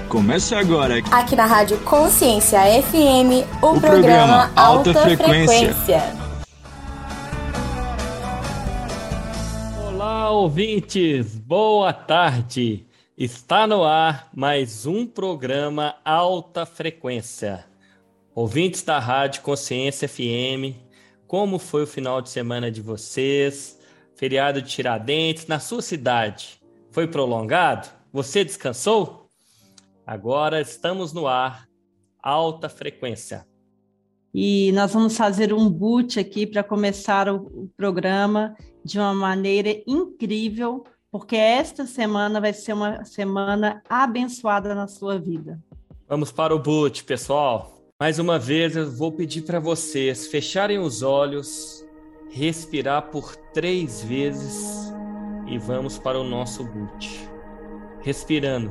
Começa agora, aqui na Rádio Consciência FM, o programa Alta Frequência. Olá, ouvintes, boa tarde. Está no ar mais um programa Alta Frequência. Ouvintes da Rádio Consciência FM, como foi o final de semana de vocês? Feriado de Tiradentes, na sua cidade, foi prolongado? Você descansou? Agora estamos no ar, Alta Frequência. E nós vamos fazer um boot aqui para começar o programa de uma maneira incrível, porque esta semana vai ser uma semana abençoada na sua vida. Vamos para o boot, pessoal. Mais uma vez eu vou pedir para vocês fecharem os olhos, respirar por 3 vezes e vamos para o nosso boot. Respirando.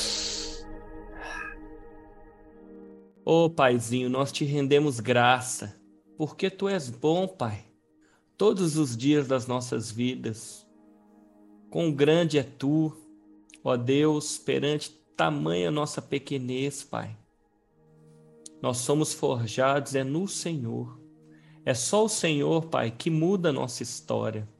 Ô Paizinho, nós te rendemos graça, porque Tu és bom, Pai, todos os dias das nossas vidas. Quão grande é Tu, ó Deus, perante tamanha nossa pequenez, Pai. Nós somos forjados no Senhor. É só o Senhor, Pai, que muda a nossa história.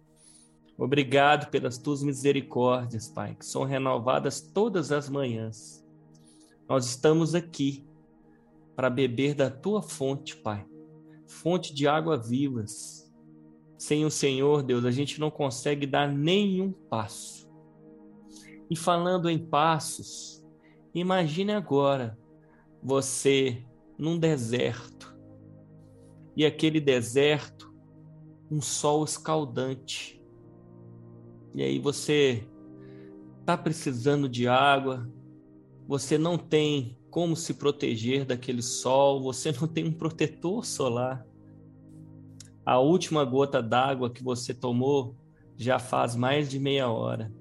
Obrigado pelas Tuas misericórdias, Pai, que são renovadas todas as manhãs. Nós estamos aqui para beber da Tua fonte, Pai, fonte de água vivas. Sem o Senhor, Deus, a gente não consegue dar nenhum passo. E falando em passos, imagine agora você num deserto, e aquele deserto, um sol escaldante, e aí você está precisando de água, você não tem como se proteger daquele sol, você não tem um protetor solar. A última gota d'água que você tomou já faz mais de meia hora.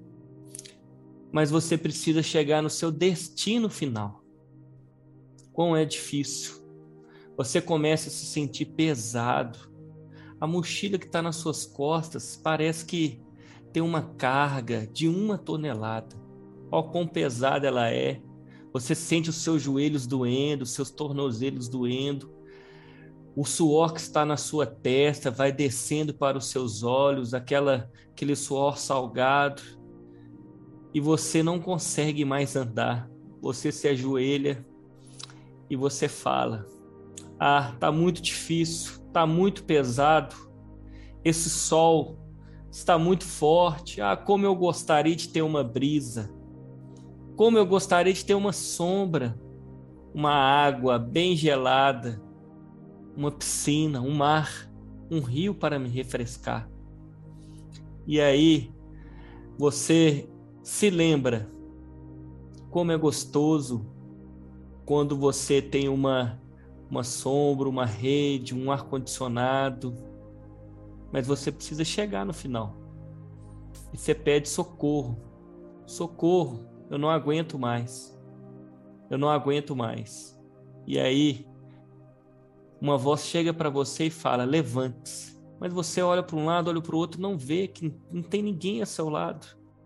Mas você precisa chegar no seu destino final. Quão é difícil. Você começa a se sentir pesado. A mochila que está nas suas costas parece que tem uma carga de 1 tonelada. Ó quão pesada ela é. Você sente os seus joelhos doendo, os seus tornozelos doendo. O suor que está na sua testa vai descendo para os seus olhos, aquele suor salgado. E você não consegue mais andar. Você se ajoelha e você fala: ah, está muito difícil, está muito pesado. Esse sol está muito forte. Ah, como eu gostaria de ter uma brisa. Como eu gostaria de ter uma sombra, uma água bem gelada, uma piscina, um mar, um rio para me refrescar. E aí você se lembra como é gostoso quando você tem uma sombra, uma rede, um ar-condicionado, mas você precisa chegar no final. E você pede socorro. Socorro. Eu não aguento mais. Eu não aguento mais. E aí, uma voz chega para você e fala: levante-se. Mas você olha para um lado, olha para o outro, não vê que não tem ninguém ao seu lado.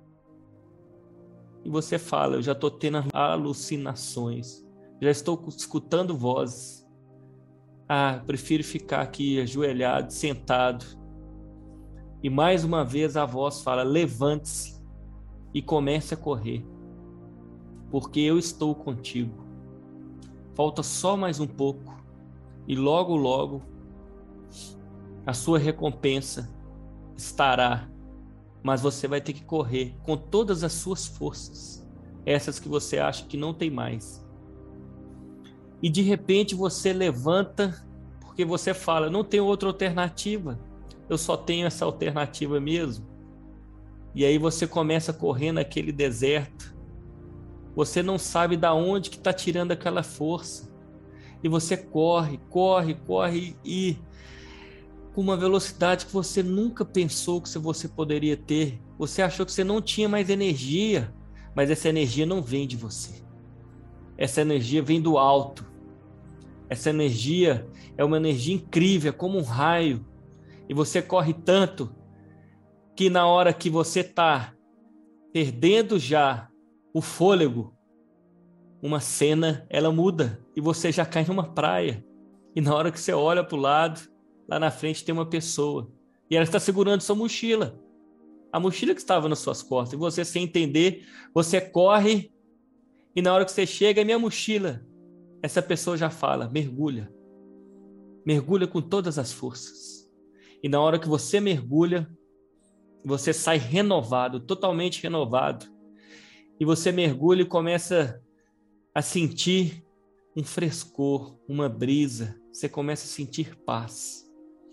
E você fala: eu já estou tendo alucinações. Já estou escutando vozes. Ah, prefiro ficar aqui ajoelhado, sentado. E mais uma vez a voz fala: levante-se e comece a correr. Porque eu estou contigo. Falta só mais um pouco e logo, logo a sua recompensa estará, mas você vai ter que correr com todas as suas forças, essas que você acha que não tem mais. E de repente você levanta, porque você fala: não tem outra alternativa, eu só tenho essa alternativa mesmo. E aí você começa a correr naquele deserto. Você não sabe de onde que está tirando aquela força. E você corre e com uma velocidade que você nunca pensou que você poderia ter. Você achou que você não tinha mais energia, mas essa energia não vem de você. Essa energia vem do alto. Essa energia é uma energia incrível, é como um raio. E você corre tanto que na hora que você está perdendo já o fôlego, uma cena, ela muda e você já cai numa praia. E na hora que você olha para o lado, lá na frente tem uma pessoa. E ela está segurando sua mochila. A mochila que estava nas suas costas. E você, sem entender, você corre. E na hora que você chega, é minha mochila. Essa pessoa já fala, mergulha. Mergulha com todas as forças. E na hora que você mergulha, você sai renovado, totalmente renovado. E você mergulha e começa a sentir um frescor, uma brisa. Você começa a sentir paz.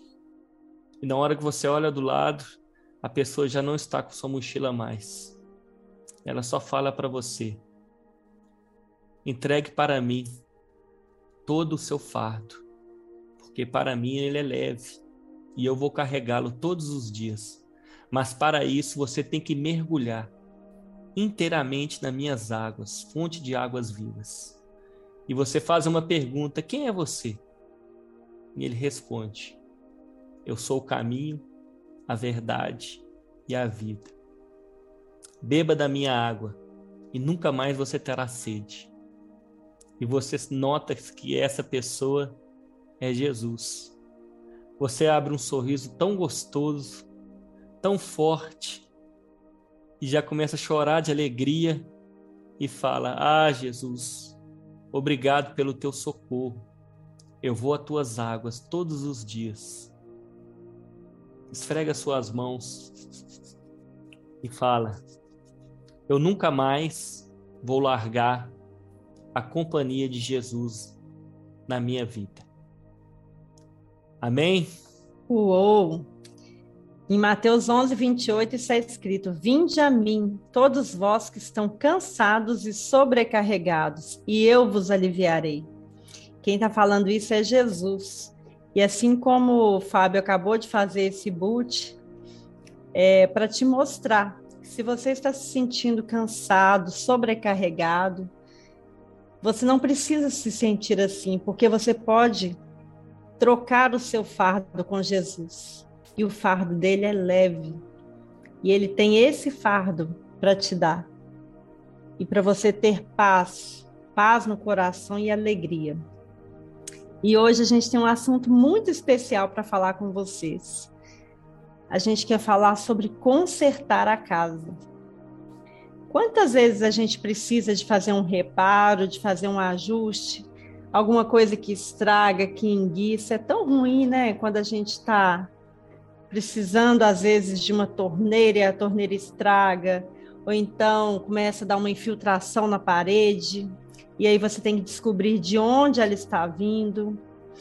E na hora que você olha do lado, a pessoa já não está com sua mochila mais. Ela só fala para você: entregue para mim todo o seu fardo, porque para mim ele é leve e eu vou carregá-lo todos os dias. Mas para isso você tem que mergulhar inteiramente nas minhas águas, fonte de águas vivas. E você faz uma pergunta: quem é você? E ele responde: eu sou o caminho, a verdade e a vida. Beba da minha água e nunca mais você terá sede. E você nota que essa pessoa é Jesus. Você abre um sorriso tão gostoso, tão forte, e já começa a chorar de alegria e fala: ah, Jesus, obrigado pelo teu socorro. Eu vou às tuas águas todos os dias. Esfrega suas mãos e fala: eu nunca mais vou largar a companhia de Jesus na minha vida. Amém? Uou! Em Mateus 11, 28 está escrito: vinde a mim, todos vós que estão cansados e sobrecarregados, e eu vos aliviarei. Quem está falando isso é Jesus. E assim como o Fábio acabou de fazer esse boot, é para te mostrar que se você está se sentindo cansado, sobrecarregado, você não precisa se sentir assim, porque você pode trocar o seu fardo com Jesus. E o fardo dele é leve. E ele tem esse fardo para te dar. E para você ter paz, paz no coração e alegria. E hoje a gente tem um assunto muito especial para falar com vocês. A gente quer falar sobre consertar a casa. Quantas vezes a gente precisa de fazer um reparo, de fazer um ajuste, alguma coisa que estraga, que enguiça? É tão ruim, né? Quando a gente está precisando, às vezes, de uma torneira e a torneira estraga, ou então começa a dar uma infiltração na parede, e aí você tem que descobrir de onde ela está vindo.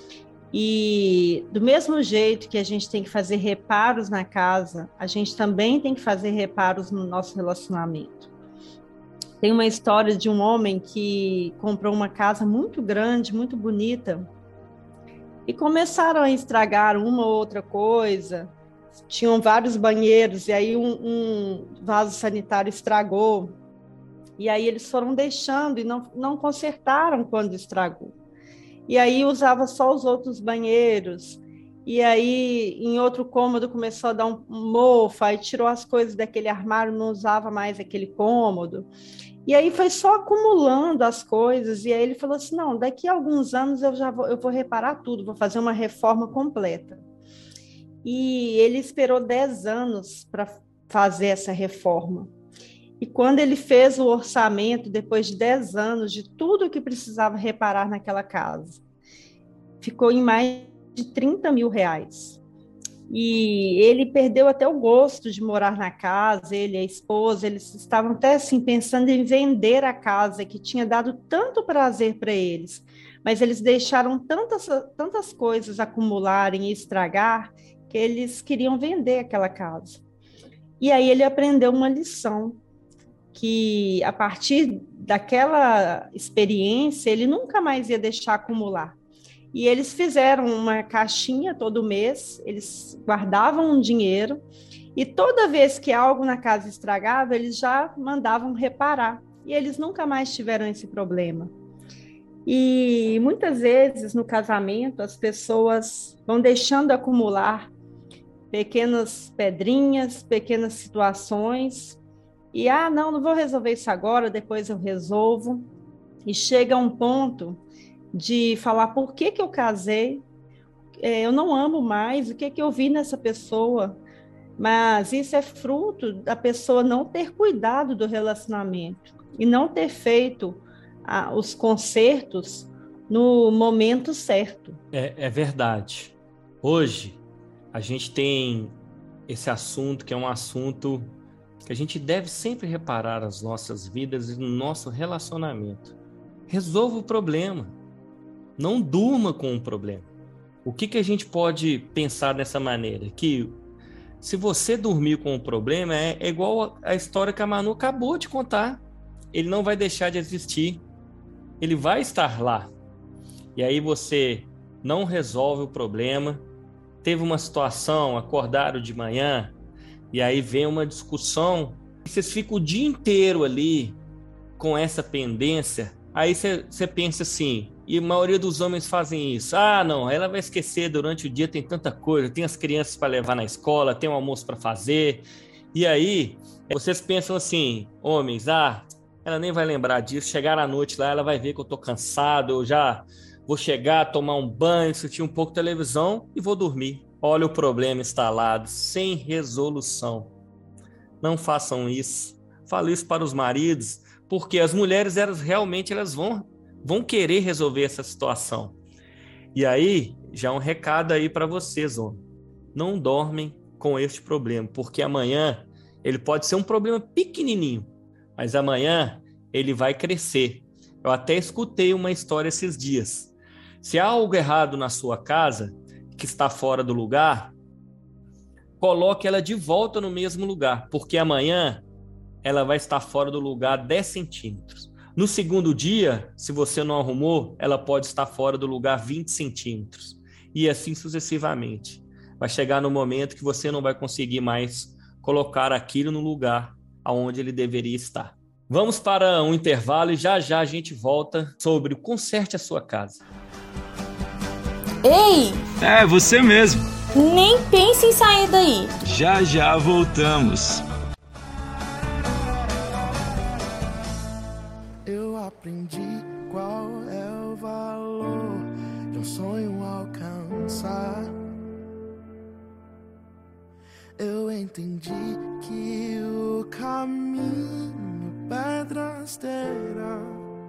E do mesmo jeito que a gente tem que fazer reparos na casa, a gente também tem que fazer reparos no nosso relacionamento. Tem uma história de um homem que comprou uma casa muito grande, muito bonita, e começaram a estragar uma ou outra coisa. Tinham vários banheiros, e aí um vaso sanitário estragou. E aí eles foram deixando e não consertaram quando estragou. E aí usava só os outros banheiros. E aí, em outro cômodo, começou a dar um mofo, aí tirou as coisas daquele armário, não usava mais aquele cômodo. E aí foi só acumulando as coisas, e aí ele falou assim: não, daqui a alguns anos eu vou reparar tudo, vou fazer uma reforma completa. E ele esperou 10 anos para fazer essa reforma. E quando ele fez o orçamento, depois de 10 anos, de tudo que precisava reparar naquela casa, ficou em mais de 30 mil reais. E ele perdeu até o gosto de morar na casa, ele e a esposa, eles estavam até assim pensando em vender a casa, que tinha dado tanto prazer para eles, mas eles deixaram tantas coisas acumularem e estragar, que eles queriam vender aquela casa. E aí ele aprendeu uma lição, que a partir daquela experiência, ele nunca mais ia deixar acumular. E eles fizeram uma caixinha todo mês, eles guardavam um dinheiro, e toda vez que algo na casa estragava, eles já mandavam reparar. E eles nunca mais tiveram esse problema. E muitas vezes no casamento as pessoas vão deixando acumular pequenas pedrinhas, pequenas situações, e não vou resolver isso agora, depois eu resolvo. e chega a um ponto de falar por que eu casei, eu não amo mais, o que eu vi nessa pessoa. Mas isso é fruto da pessoa não ter cuidado do relacionamento e não ter feito os consertos no momento certo. É verdade. Hoje, a gente tem esse assunto que é um assunto que a gente deve sempre reparar nas nossas vidas e no nosso relacionamento. Resolva o problema. Não durma com o problema. O que a gente pode pensar dessa maneira? Que se você dormir com o problema, é igual a história que a Manu acabou de contar. Ele não vai deixar de existir. Ele vai estar lá. E aí você não resolve o problema. Teve uma situação, acordaram de manhã, e aí vem uma discussão. Vocês ficam o dia inteiro ali com essa pendência. Aí você pensa assim, e a maioria dos homens fazem isso. Ah, não, ela vai esquecer, durante o dia tem tanta coisa, tem as crianças para levar na escola, tem o almoço para fazer. E aí, vocês pensam assim, homens, ela nem vai lembrar disso, chegar à noite lá, ela vai ver que eu tô cansado, eu já vou chegar, tomar um banho, assistir um pouco de televisão e vou dormir. Olha o problema instalado, sem resolução. Não façam isso. Falo isso para os maridos, porque as mulheres, elas vão querer resolver essa situação. E aí, já um recado aí para vocês, homem. Não dormem com este problema, porque amanhã ele pode ser um problema pequenininho, mas amanhã ele vai crescer. Eu até escutei uma história esses dias. Se há algo errado na sua casa, que está fora do lugar, coloque ela de volta no mesmo lugar, porque amanhã ela vai estar fora do lugar 10 centímetros. No segundo dia, se você não arrumou, ela pode estar fora do lugar 20 centímetros. E assim sucessivamente. Vai chegar no momento que você não vai conseguir mais colocar aquilo no lugar onde ele deveria estar. Vamos para um intervalo e já a gente volta sobre o Conserte a Sua Casa. Ei! É, você mesmo. Nem pense em sair daí. Já voltamos. Eu aprendi qual é o valor de um sonho alcançar. Eu entendi que o caminho pedras terá.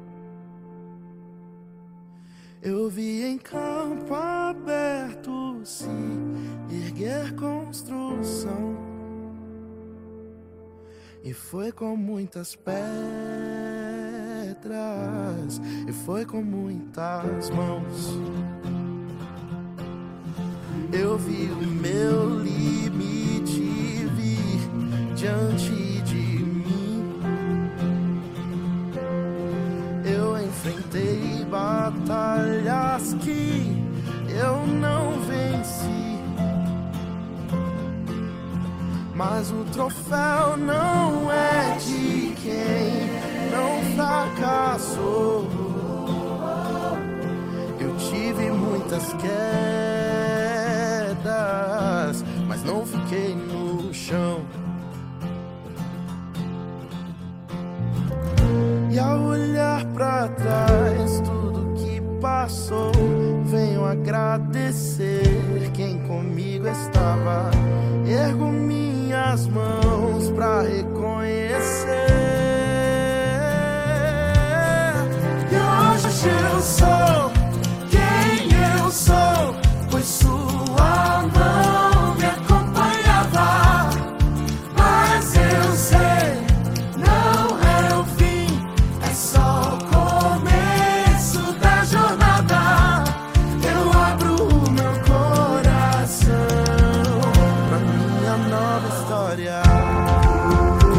Eu vi em campo aberto se erguer construção, e foi com muitas pedras, e foi com muitas mãos. Eu vi o meu limite vir diante de mim. Eu enfrentei batalhas que eu não venci, mas o troféu não é de quem não fracassou. Eu tive muitas quedas, mas não fiquei no chão. E ao olhar pra trás tudo que passou, venho agradecer quem comigo estava. Ergo minhas mãos pra reconhecer. E hoje eu sou quem eu sou, pois sua mão me acompanhava. Mas eu sei, não é o fim, é só o começo da jornada. Eu abro o meu coração pra minha nova história.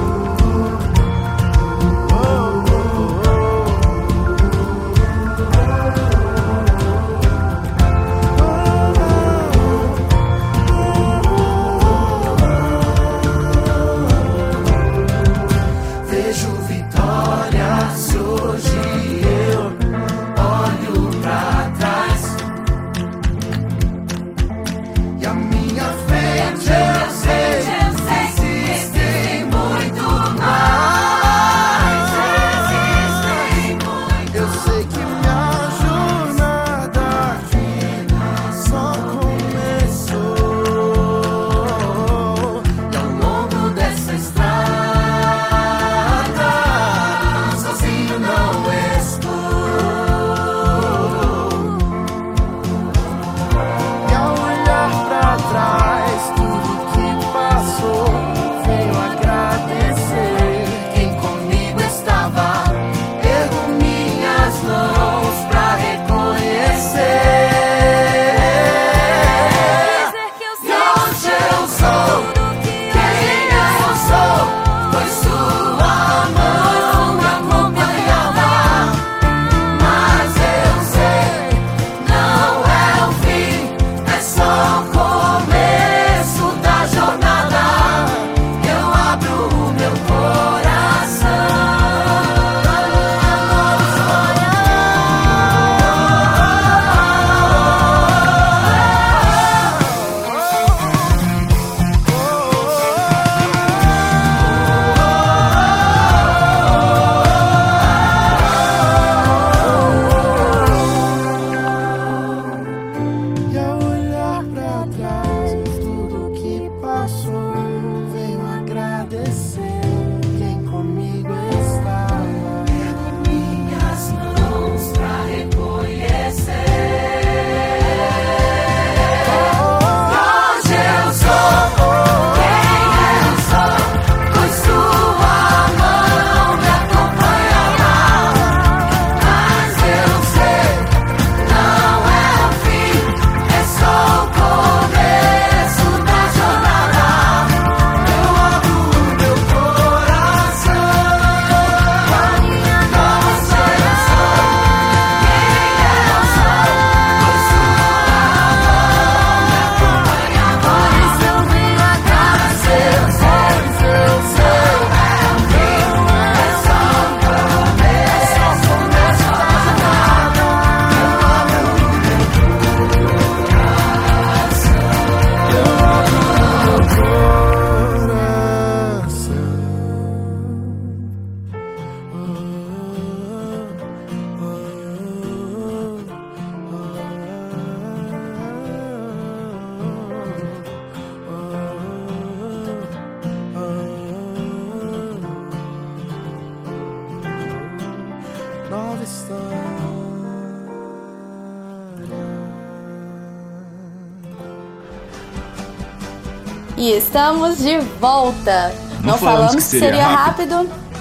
nova história. E estamos de volta. Não falamos que seria rápido.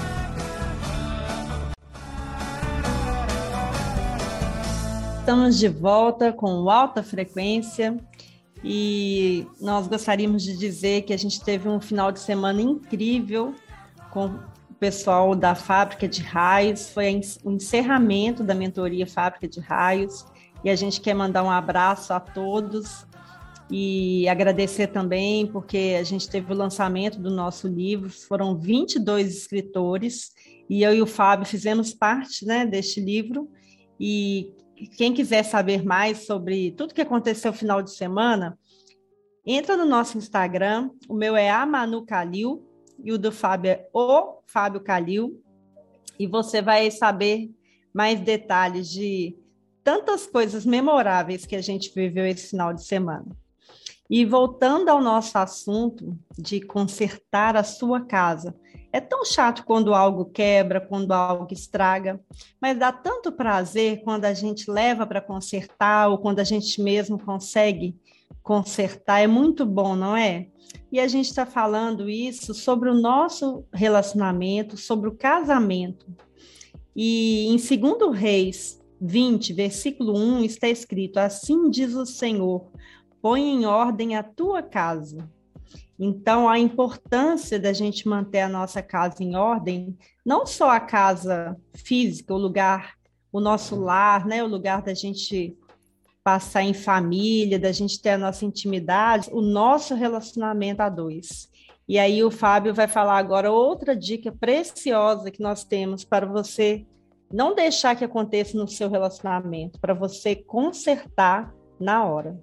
Estamos de volta com o Alta Frequência e nós gostaríamos de dizer que a gente teve um final de semana incrível com o pessoal da Fábrica de Raios. Foi o encerramento da mentoria Fábrica de Raios e a gente quer mandar um abraço a todos e agradecer também porque a gente teve o lançamento do nosso livro. Foram 22 escritores e eu e o Fábio fizemos parte, né, deste livro. E quem quiser saber mais sobre tudo que aconteceu no final de semana, entra no nosso Instagram. O meu é a Manu Calil e o do Fábio é o Fábio Calil. E você vai saber mais detalhes de tantas coisas memoráveis que a gente viveu esse final de semana. E voltando ao nosso assunto de consertar a sua casa, é tão chato quando algo quebra, quando algo estraga, mas dá tanto prazer quando a gente leva para consertar ou quando a gente mesmo consegue consertar. É muito bom, não é? E a gente está falando isso sobre o nosso relacionamento, sobre o casamento. E em 2 Reis 20, versículo 1, está escrito: assim diz o Senhor, põe em ordem a tua casa. Então, a importância da gente manter a nossa casa em ordem, não só a casa física, o lugar, o nosso lar, né, o lugar da gente passar em família, da gente ter a nossa intimidade, o nosso relacionamento a dois. E aí o Fábio vai falar agora outra dica preciosa que nós temos para você não deixar que aconteça no seu relacionamento, para você consertar na hora.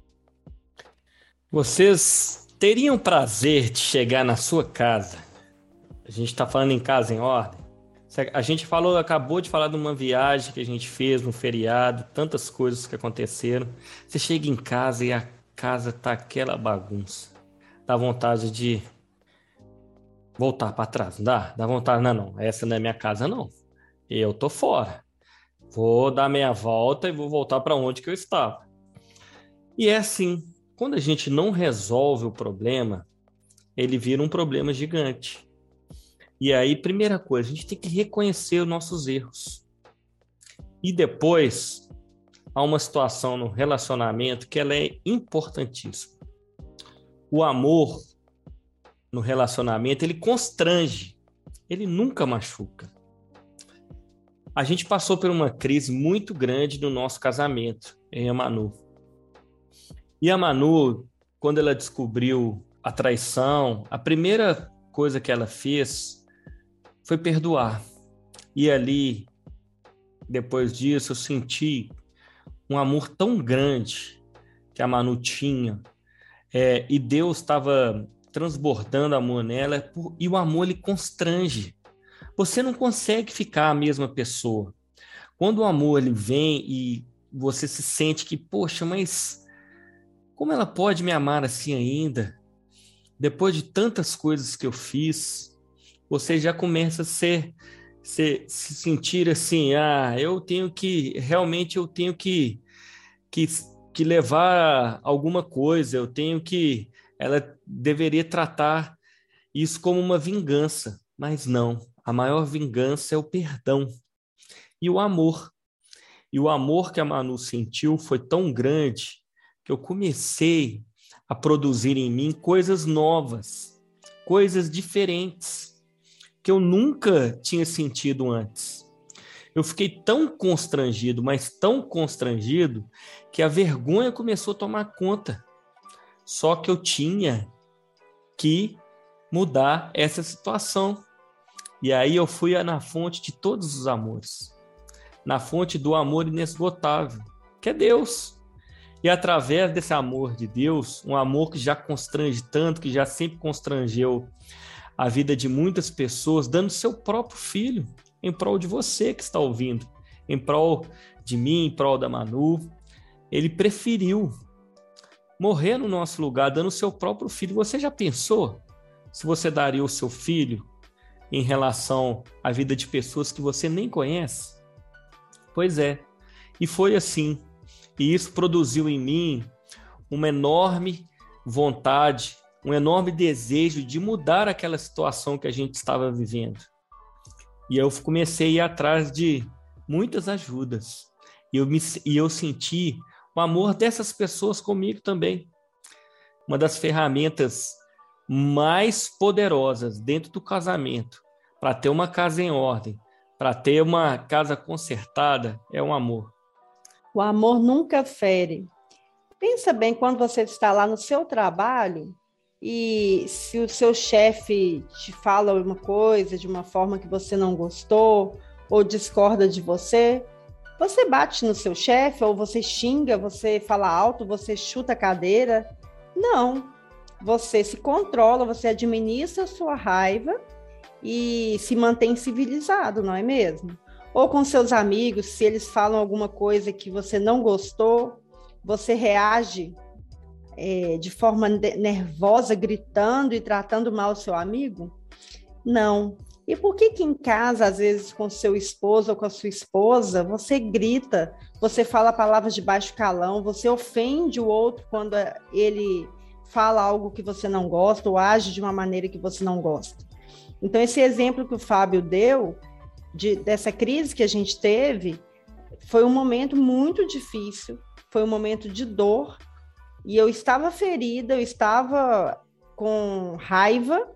Vocês teriam prazer de chegar na sua casa? A gente está falando em casa em ordem. A gente acabou de falar de uma viagem que a gente fez, um feriado, tantas coisas que aconteceram. Você chega em casa e a casa tá aquela bagunça. Dá vontade de voltar para trás, não dá? Dá vontade, não, essa não é minha casa, não. Eu tô fora. Vou dar meia volta e vou voltar para onde que eu estava. E é assim. Quando a gente não resolve o problema, ele vira um problema gigante. E aí, primeira coisa, a gente tem que reconhecer os nossos erros. E depois, há uma situação no relacionamento que ela é importantíssima. O amor no relacionamento, ele constrange, ele nunca machuca. A gente passou por uma crise muito grande no nosso casamento, eu e a Manu. E a Manu, quando ela descobriu a traição, a primeira coisa que ela fez foi perdoar. E ali, depois disso, eu senti um amor tão grande que a Manu tinha. E Deus estava transbordando amor nela, e o amor ele constrange. Você não consegue ficar a mesma pessoa. Quando o amor ele vem e você se sente que, poxa, mas como ela pode me amar assim ainda? Depois de tantas coisas que eu fiz, você já começa a se sentir assim, eu tenho que levar alguma coisa, ela deveria tratar isso como uma vingança, mas não, a maior vingança é o perdão e o amor. E o amor que a Manu sentiu foi tão grande que eu comecei a produzir em mim coisas novas, coisas diferentes, que eu nunca tinha sentido antes. Eu fiquei tão constrangido, mas tão constrangido, que a vergonha começou a tomar conta. Só que eu tinha que mudar essa situação. E aí eu fui na fonte de todos os amores, na fonte do amor inesgotável, que é Deus. E através desse amor de Deus, um amor que já constrange tanto, que já sempre constrangeu a vida de muitas pessoas, dando seu próprio filho em prol de você que está ouvindo, em prol de mim, em prol da Manu. Ele preferiu morrer no nosso lugar, dando seu próprio filho. Você já pensou se você daria o seu filho em relação à vida de pessoas que você nem conhece? Pois é, e foi assim. E isso produziu em mim uma enorme vontade, um enorme desejo de mudar aquela situação que a gente estava vivendo. E eu comecei a ir atrás de muitas ajudas. E eu senti o amor dessas pessoas comigo também. Uma das ferramentas mais poderosas dentro do casamento, para ter uma casa em ordem, para ter uma casa consertada, é o amor. O amor nunca fere. Pensa bem, quando você está lá no seu trabalho e se o seu chefe te fala alguma coisa de uma forma que você não gostou ou discorda de você, você bate no seu chefe ou você xinga, você fala alto, você chuta a cadeira. Não, você se controla, você administra a sua raiva e se mantém civilizado, não é mesmo? Ou com seus amigos, se eles falam alguma coisa que você não gostou, você reage de forma nervosa, gritando e tratando mal o seu amigo? Não. E por que em casa, às vezes, com seu esposo ou com a sua esposa, você grita, você fala palavras de baixo calão, você ofende o outro quando ele fala algo que você não gosta ou age de uma maneira que você não gosta? Então, esse exemplo que o Fábio deu, dessa crise que a gente teve, foi um momento muito difícil, foi um momento de dor, e eu estava ferida, eu estava com raiva,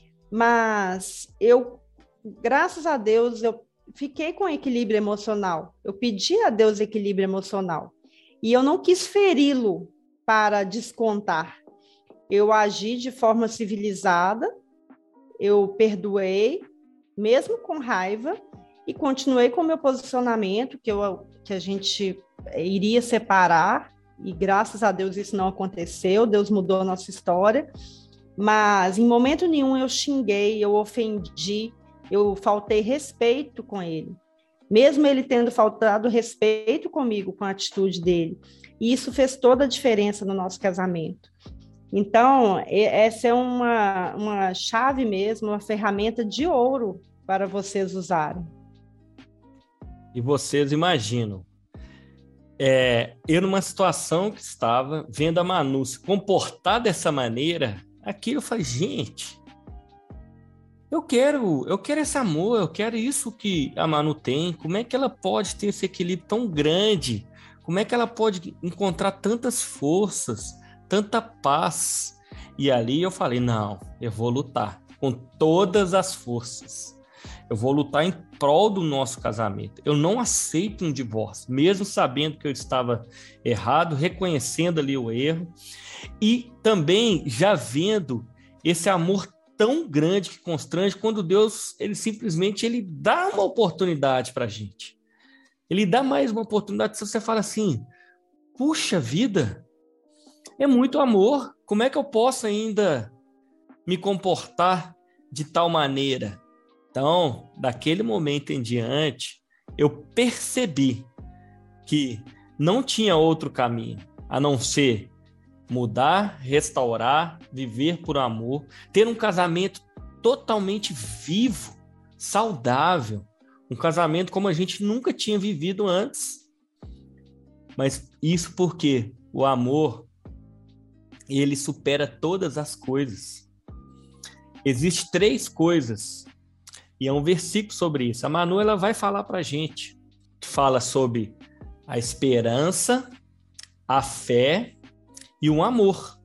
mas eu, graças a Deus, eu fiquei com equilíbrio emocional, eu pedi a Deus equilíbrio emocional, e eu não quis feri-lo para descontar, eu agi de forma civilizada, eu perdoei, mesmo com raiva, e continuei com o meu posicionamento, que a gente iria separar, e graças a Deus isso não aconteceu, Deus mudou a nossa história, mas em momento nenhum eu xinguei, eu ofendi, eu faltei respeito com ele, mesmo ele tendo faltado respeito comigo, com a atitude dele, e isso fez toda a diferença no nosso casamento. Então, essa é uma chave mesmo, uma ferramenta de ouro para vocês usarem. E vocês imaginam, eu numa situação que estava vendo a Manu se comportar dessa maneira, aqui eu falei, gente, eu quero esse amor, eu quero isso que a Manu tem, como é que ela pode ter esse equilíbrio tão grande? Como é que ela pode encontrar tantas forças, tanta paz? E ali eu falei, não, eu vou lutar com todas as forças. Eu vou lutar em prol do nosso casamento. Eu não aceito um divórcio, mesmo sabendo que eu estava errado, reconhecendo ali o erro e também já vendo esse amor tão grande que constrange quando Deus, ele simplesmente dá uma oportunidade para a gente. Ele dá mais uma oportunidade. Se você fala assim, puxa vida, é muito amor, como é que eu posso ainda me comportar de tal maneira? Então, daquele momento em diante, eu percebi que não tinha outro caminho a não ser mudar, restaurar, viver por amor, ter um casamento totalmente vivo, saudável, um casamento como a gente nunca tinha vivido antes. Mas isso porque o amor, ele supera todas as coisas. Existem 3 coisas. E é um versículo sobre isso. A Manu, ela vai falar para a gente, que fala sobre a esperança, a fé e o amor.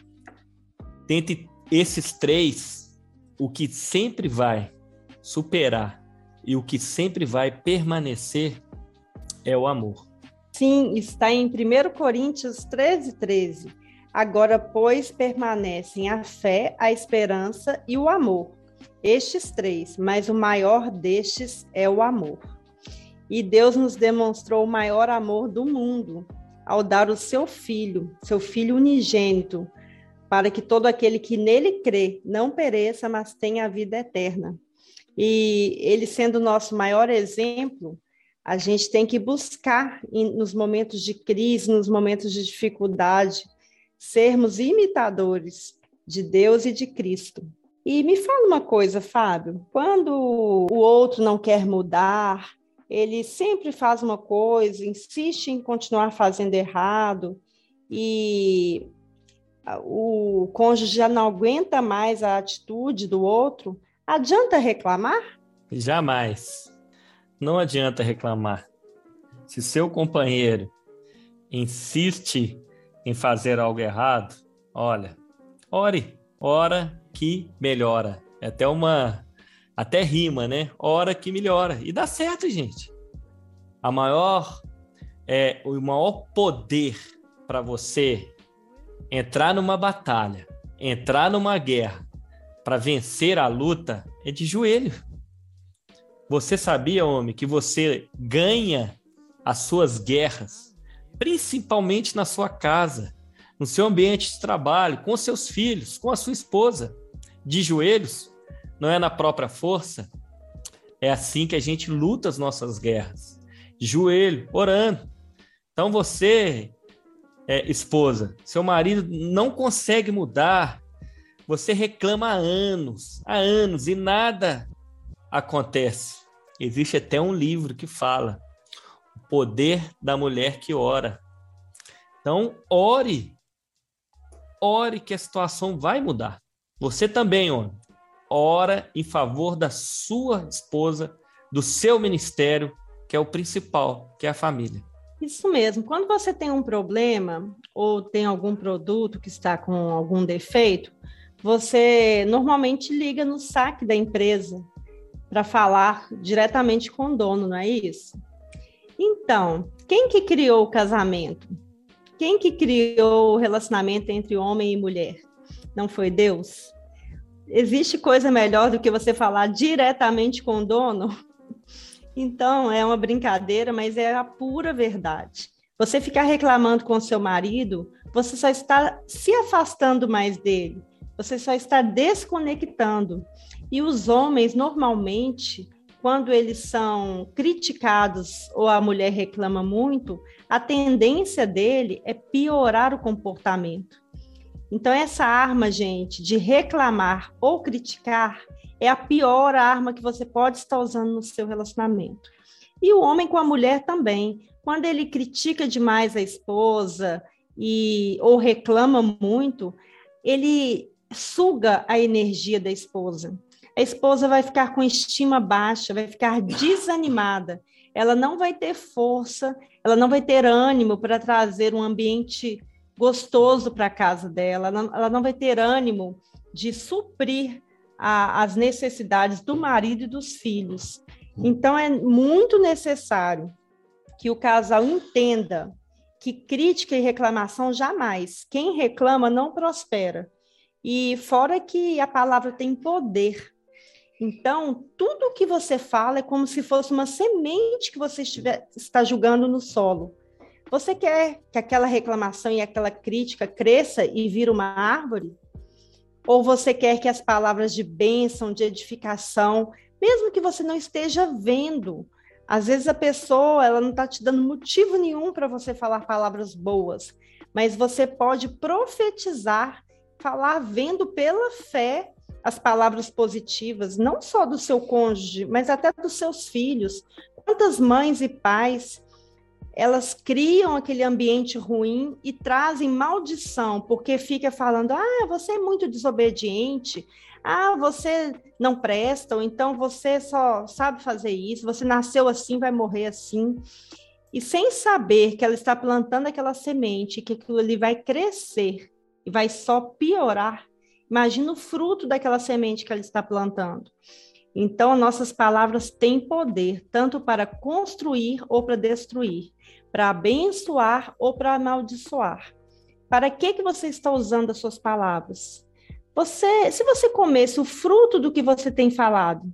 Dentre esses 3, o que sempre vai superar e o que sempre vai permanecer é o amor. Sim, está em 1 Coríntios 13:13. Agora, pois, permanecem a fé, a esperança e o amor. Estes 3, mas o maior destes é o amor. E Deus nos demonstrou o maior amor do mundo, ao dar o seu Filho unigênito, para que todo aquele que nele crê não pereça, mas tenha a vida eterna. E ele sendo o nosso maior exemplo, a gente tem que buscar, nos momentos de crise, nos momentos de dificuldade, sermos imitadores de Deus e de Cristo. E me fala uma coisa, Fábio, quando o outro não quer mudar, ele sempre faz uma coisa, insiste em continuar fazendo errado, e o cônjuge já não aguenta mais a atitude do outro, adianta reclamar? Jamais. Não adianta reclamar. Se seu companheiro insiste em fazer algo errado, olha, ora que melhora. É até rima, né? Ora que melhora. E dá certo, gente. O maior poder para você entrar numa batalha, entrar numa guerra, para vencer a luta, é de joelho. Você sabia, homem, que você ganha as suas guerras, principalmente na sua casa, no seu ambiente de trabalho, com seus filhos, com a sua esposa, de joelhos? Não é na própria força? É assim que a gente luta as nossas guerras, de joelho, orando. Então você, esposa, seu marido não consegue mudar, você reclama há anos, e nada acontece. Existe até um livro que fala o poder da mulher que ora. Então, ore que a situação vai mudar. Você também, homem, ora em favor da sua esposa, do seu ministério, que é o principal, que é a família. Isso mesmo. Quando você tem um problema ou tem algum produto que está com algum defeito, você normalmente liga no saque da empresa para falar diretamente com o dono, não é isso? Então, quem que criou o casamento? Quem que criou o relacionamento entre homem e mulher? Não foi Deus? Existe coisa melhor do que você falar diretamente com o dono? Então, é uma brincadeira, mas é a pura verdade. Você ficar reclamando com o seu marido, você só está se afastando mais dele. Você só está desconectando. E os homens, normalmente, quando eles são criticados ou a mulher reclama muito, a tendência dele é piorar o comportamento. Então, essa arma, gente, de reclamar ou criticar é a pior arma que você pode estar usando no seu relacionamento. E o homem com a mulher também. Quando ele critica demais a esposa ou reclama muito, ele suga a energia da esposa. A esposa vai ficar com estima baixa, vai ficar desanimada. Ela não vai ter força, ela não vai ter ânimo para trazer um ambiente gostoso para a casa dela, ela não vai ter ânimo de suprir as necessidades do marido e dos filhos. Então, é muito necessário que o casal entenda que crítica e reclamação jamais. Quem reclama não prospera. E fora que a palavra tem poder. Então, tudo que você fala é como se fosse uma semente que você está jogando no solo. Você quer que aquela reclamação e aquela crítica cresça e vire uma árvore? Ou você quer que as palavras de bênção, de edificação, mesmo que você não esteja vendo, às vezes a pessoa ela não está te dando motivo nenhum para você falar palavras boas, mas você pode profetizar, falar vendo pela fé as palavras positivas, não só do seu cônjuge, mas até dos seus filhos. Quantas mães e pais, elas criam aquele ambiente ruim e trazem maldição, porque fica falando, você é muito desobediente, você não presta, ou então você só sabe fazer isso, você nasceu assim, vai morrer assim. E sem saber que ela está plantando aquela semente, que aquilo ali vai crescer e vai só piorar, imagina o fruto daquela semente que ela está plantando. Então, nossas palavras têm poder, tanto para construir ou para destruir, para abençoar ou para amaldiçoar. Para que você está usando as suas palavras? Se você comesse o fruto do que você tem falado,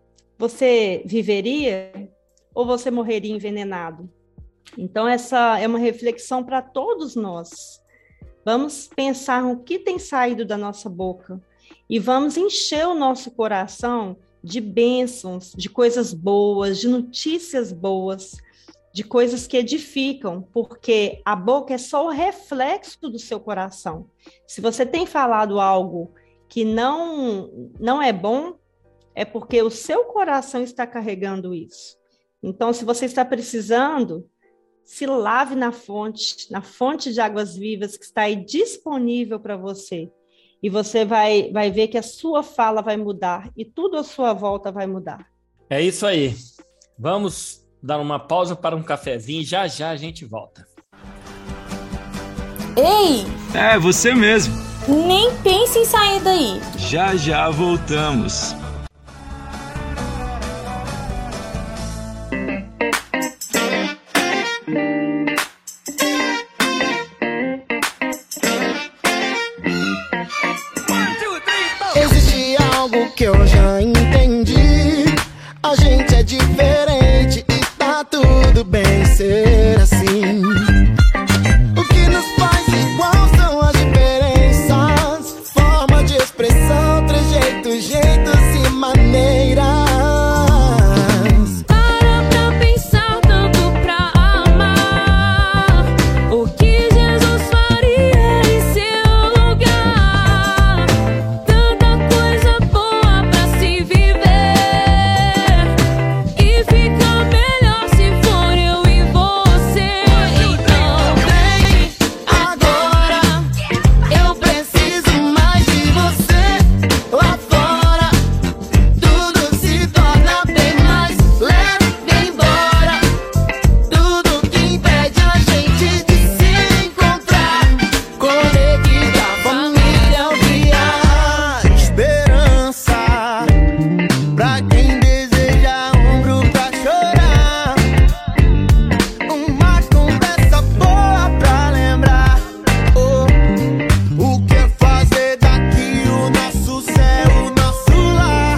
você viveria ou você morreria envenenado? Então, essa é uma reflexão para todos nós. Vamos pensar no que tem saído da nossa boca e vamos encher o nosso coração de bênçãos, de coisas boas, de notícias boas, de coisas que edificam, porque a boca é só o reflexo do seu coração. Se você tem falado algo que não é bom, é porque o seu coração está carregando isso. Então, se você está precisando, se lave na fonte de águas vivas que está aí disponível para você. E você vai ver que a sua fala vai mudar e tudo à sua volta vai mudar. É isso aí. Vamos dar uma pausa para um cafezinho e já já a gente volta. Ei! É, você mesmo. Nem pense em sair daí. Já já voltamos. Existe algo que eu já entendi. A gente é diferente e tá tudo bem ser assim. O que nos faz igual são as diferenças, forma de expressão, trejeitos, jeitos e maneiras. Para pra pensar, tanto pra amar. O que Jesus faria em seu lugar? Tanta coisa boa pra se viver. E fica melhor se for eu e você. Então vem agora. Eu preciso mais de você. Lá fora tudo se torna bem mais leve embora. Tudo que impede a gente de se encontrar. Conecta a família, o guiar. Esperança pra quem deseja ombro pra chorar. Uma conversa boa pra lembrar. O que fazer daqui o nosso céu, o nosso lar.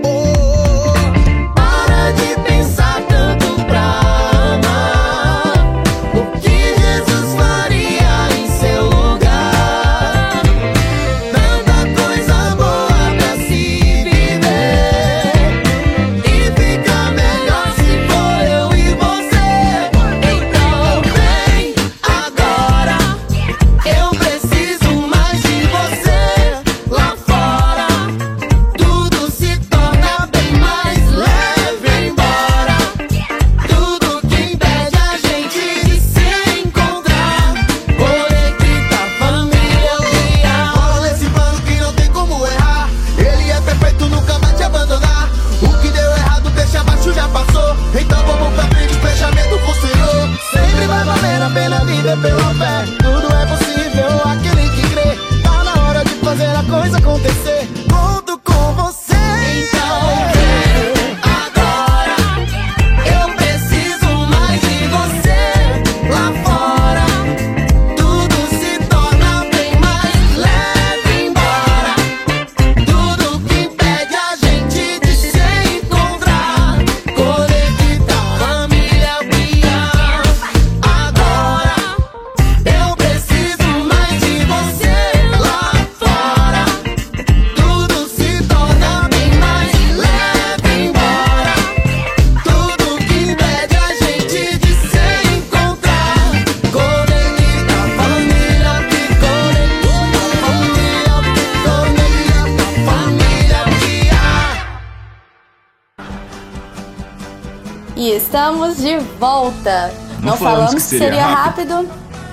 Para de pensar, tanto pra amar. O que Jesus faria em seu lugar? Tanta coisa boa pra se viver. E fica melhor se for eu e você. Então vem agora. Eu preciso mais de você. Lá fora tudo se torna bem mais leve embora. Tudo que impede a gente de se encontrar. Conecta a família, o guiar. Rola nesse plano que não tem como errar. Ele é perfeito, nunca vai te abandonar. O que deu errado, deixa abaixo, já passou. Então vamos pra frente, fechamento posterior. Sempre vai valer a pena viver pela fé. Tudo é possível, aquele que crê. Tá na hora de fazer a coisa acontecer. Conto com você. Então vem agora. Eu preciso mais de você. Lá fora tudo se torna bem mais leve embora. Tudo que impede a gente de se encontrar. Conecta a família, o guiar. Agora eu preciso mais de você. Lá fora tudo se torna bem mais leve embora. Tudo que impede a gente de se encontrar. Conecta a família, que conecta a família, guiar. E estamos de volta. Não falamos que seria rápido.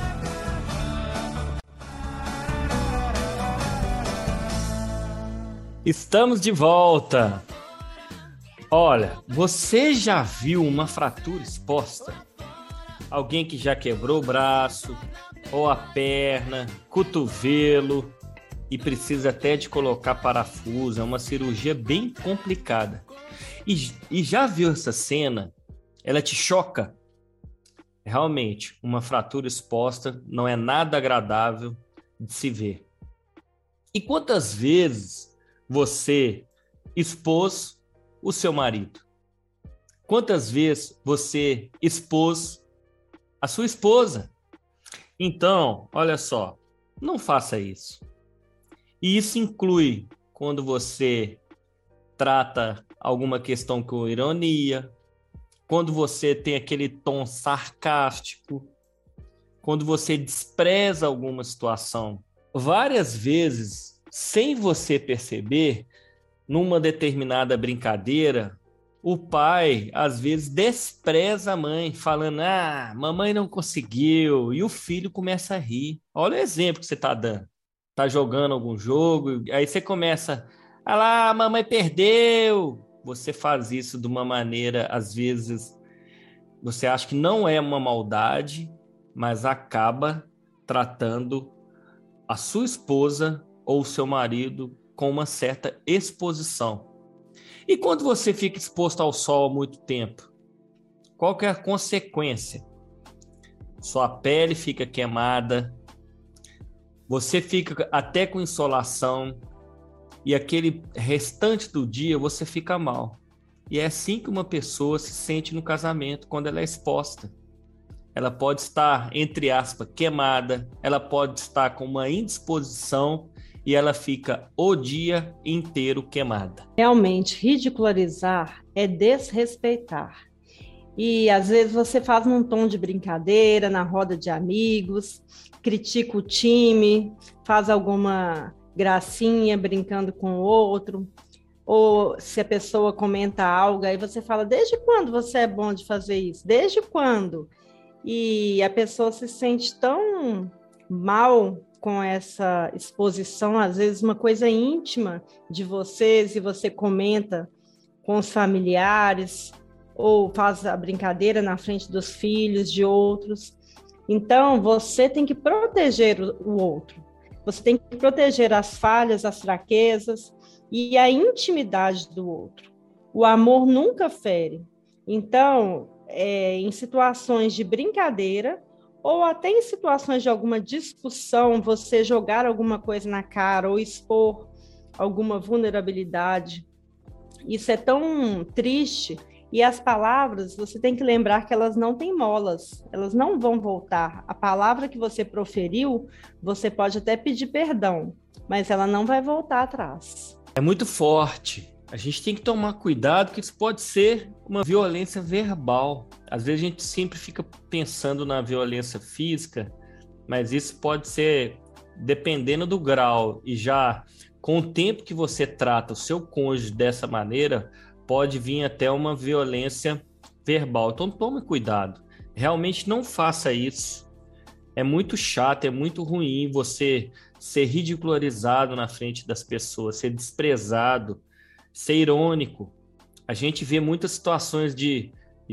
Estamos de volta. Olha, você já viu uma fratura exposta? Alguém que já quebrou o braço, ou a perna, cotovelo, e precisa até de colocar parafuso. É uma cirurgia bem complicada. E já viu essa cena? Ela te choca? Realmente, uma fratura exposta não é nada agradável de se ver. E quantas vezes você expôs o seu marido? Quantas vezes você expôs a sua esposa? Então, olha só, não faça isso. E isso inclui quando você trata alguma questão com ironia, quando você tem aquele tom sarcástico, quando você despreza alguma situação. Várias vezes, sem você perceber, numa determinada brincadeira, o pai, às vezes, despreza a mãe, falando, mamãe não conseguiu, e o filho começa a rir. Olha o exemplo que você está dando. Está jogando algum jogo, aí você começa, lá, a mamãe perdeu. Você faz isso de uma maneira, às vezes, você acha que não é uma maldade, mas acaba tratando a sua esposa ou o seu marido com uma certa exposição. E quando você fica exposto ao sol há muito tempo, qual que é a consequência? Sua pele fica queimada, você fica até com insolação, e aquele restante do dia você fica mal. E é assim que uma pessoa se sente no casamento, quando ela é exposta. Ela pode estar, entre aspas, queimada, ela pode estar com uma indisposição e ela fica o dia inteiro queimada. Realmente, ridicularizar é desrespeitar. E às vezes você faz num tom de brincadeira, na roda de amigos, critica o time, faz alguma gracinha brincando com o outro, ou se a pessoa comenta algo, aí você fala, desde quando você é bom de fazer isso? Desde quando? E a pessoa se sente tão mal com essa exposição, às vezes uma coisa íntima de vocês, e você comenta com os familiares, ou faz a brincadeira na frente dos filhos de outros. Então, você tem que proteger o outro. Você tem que proteger as falhas, as fraquezas e a intimidade do outro. O amor nunca fere. Então, em situações de brincadeira ou até em situações de alguma discussão, você jogar alguma coisa na cara ou expor alguma vulnerabilidade, isso é tão triste. E as palavras, você tem que lembrar que elas não têm molas, elas não vão voltar. A palavra que você proferiu, você pode até pedir perdão, mas ela não vai voltar atrás. É muito forte. A gente tem que tomar cuidado, porque isso pode ser uma violência verbal. Às vezes a gente sempre fica pensando na violência física, mas isso pode ser, dependendo do grau, e já com o tempo que você trata o seu cônjuge dessa maneira, pode vir até uma violência verbal. Então tome cuidado. Realmente não faça isso. É muito chato, é muito ruim você ser ridicularizado na frente das pessoas, ser desprezado, ser irônico. A gente vê muitas situações de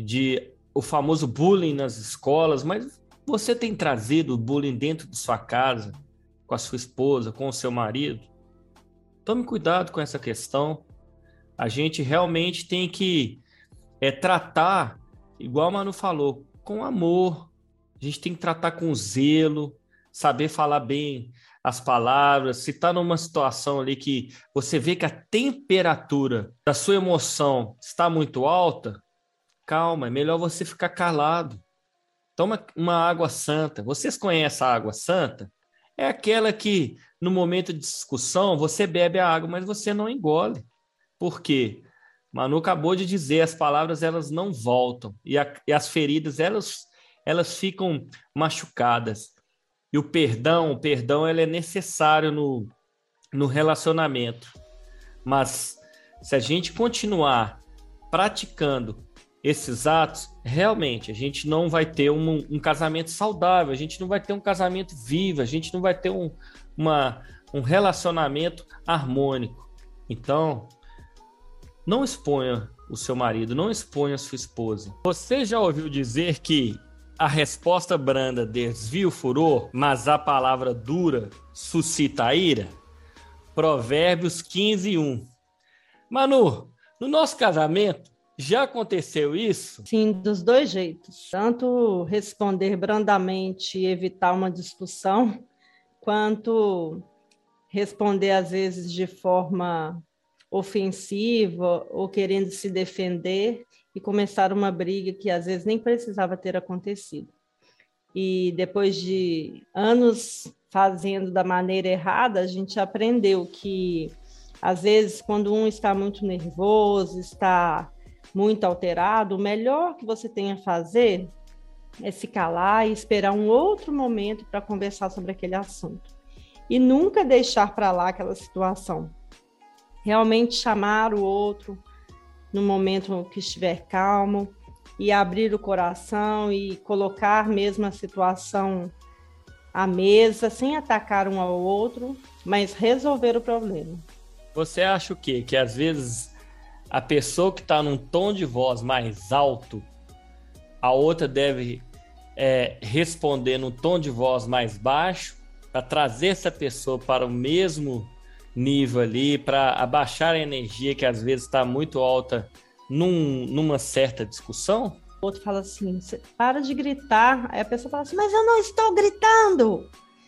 o famoso bullying nas escolas, mas você tem trazido o bullying dentro de sua casa, com a sua esposa, com o seu marido? Tome cuidado com essa questão. A gente realmente tem que tratar, igual a Manu falou, com amor. A gente tem que tratar com zelo, saber falar bem as palavras. Se está numa situação ali que você vê que a temperatura da sua emoção está muito alta, calma, é melhor você ficar calado. Toma uma água santa. Vocês conhecem a água santa? É aquela que, no momento de discussão, você bebe a água, mas você não engole. Por quê? Manu acabou de dizer, as palavras elas não voltam, e as feridas elas ficam machucadas. E o perdão ele é necessário no relacionamento. Mas se a gente continuar praticando esses atos, realmente a gente não vai ter um casamento saudável, a gente não vai ter um casamento vivo, a gente não vai ter um relacionamento harmônico. Então, não exponha o seu marido, não exponha a sua esposa. Você já ouviu dizer que a resposta branda desvia o furor, mas a palavra dura suscita a ira? Provérbios 15:1. Manu, no nosso casamento, já aconteceu isso? Sim, dos dois jeitos. Tanto responder brandamente e evitar uma discussão, quanto responder, às vezes, de forma ofensiva ou querendo se defender e começar uma briga que às vezes nem precisava ter acontecido. E depois de anos fazendo da maneira errada, a gente aprendeu que às vezes quando um está muito nervoso, está muito alterado, o melhor que você tem a fazer é se calar e esperar um outro momento para conversar sobre aquele assunto. E nunca deixar para lá aquela situação. Realmente chamar o outro, no momento que estiver calmo, e abrir o coração e colocar mesmo a situação à mesa, sem atacar um ao outro, mas resolver o problema. Você acha o quê? Que às vezes a pessoa que está num tom de voz mais alto, a outra deve responder num tom de voz mais baixo, para trazer essa pessoa para o mesmo nível ali, para abaixar a energia que às vezes está muito alta numa certa discussão? O outro fala assim, para de gritar. Aí a pessoa fala assim, mas eu não estou gritando.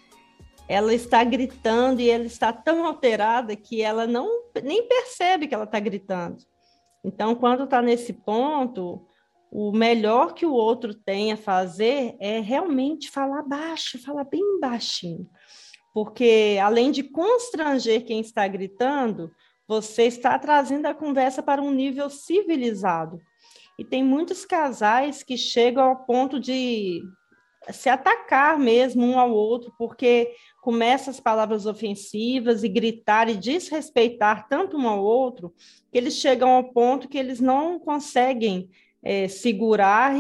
Ela está gritando e ela está tão alterada que ela nem percebe que ela está gritando. Então, quando está nesse ponto, o melhor que o outro tem a fazer é realmente falar baixo, falar bem baixinho. Porque, além de constranger quem está gritando, você está trazendo a conversa para um nível civilizado. E tem muitos casais que chegam ao ponto de se atacar mesmo um ao outro, porque começam as palavras ofensivas e gritar e desrespeitar tanto um ao outro, que eles chegam ao ponto que eles não conseguem segurar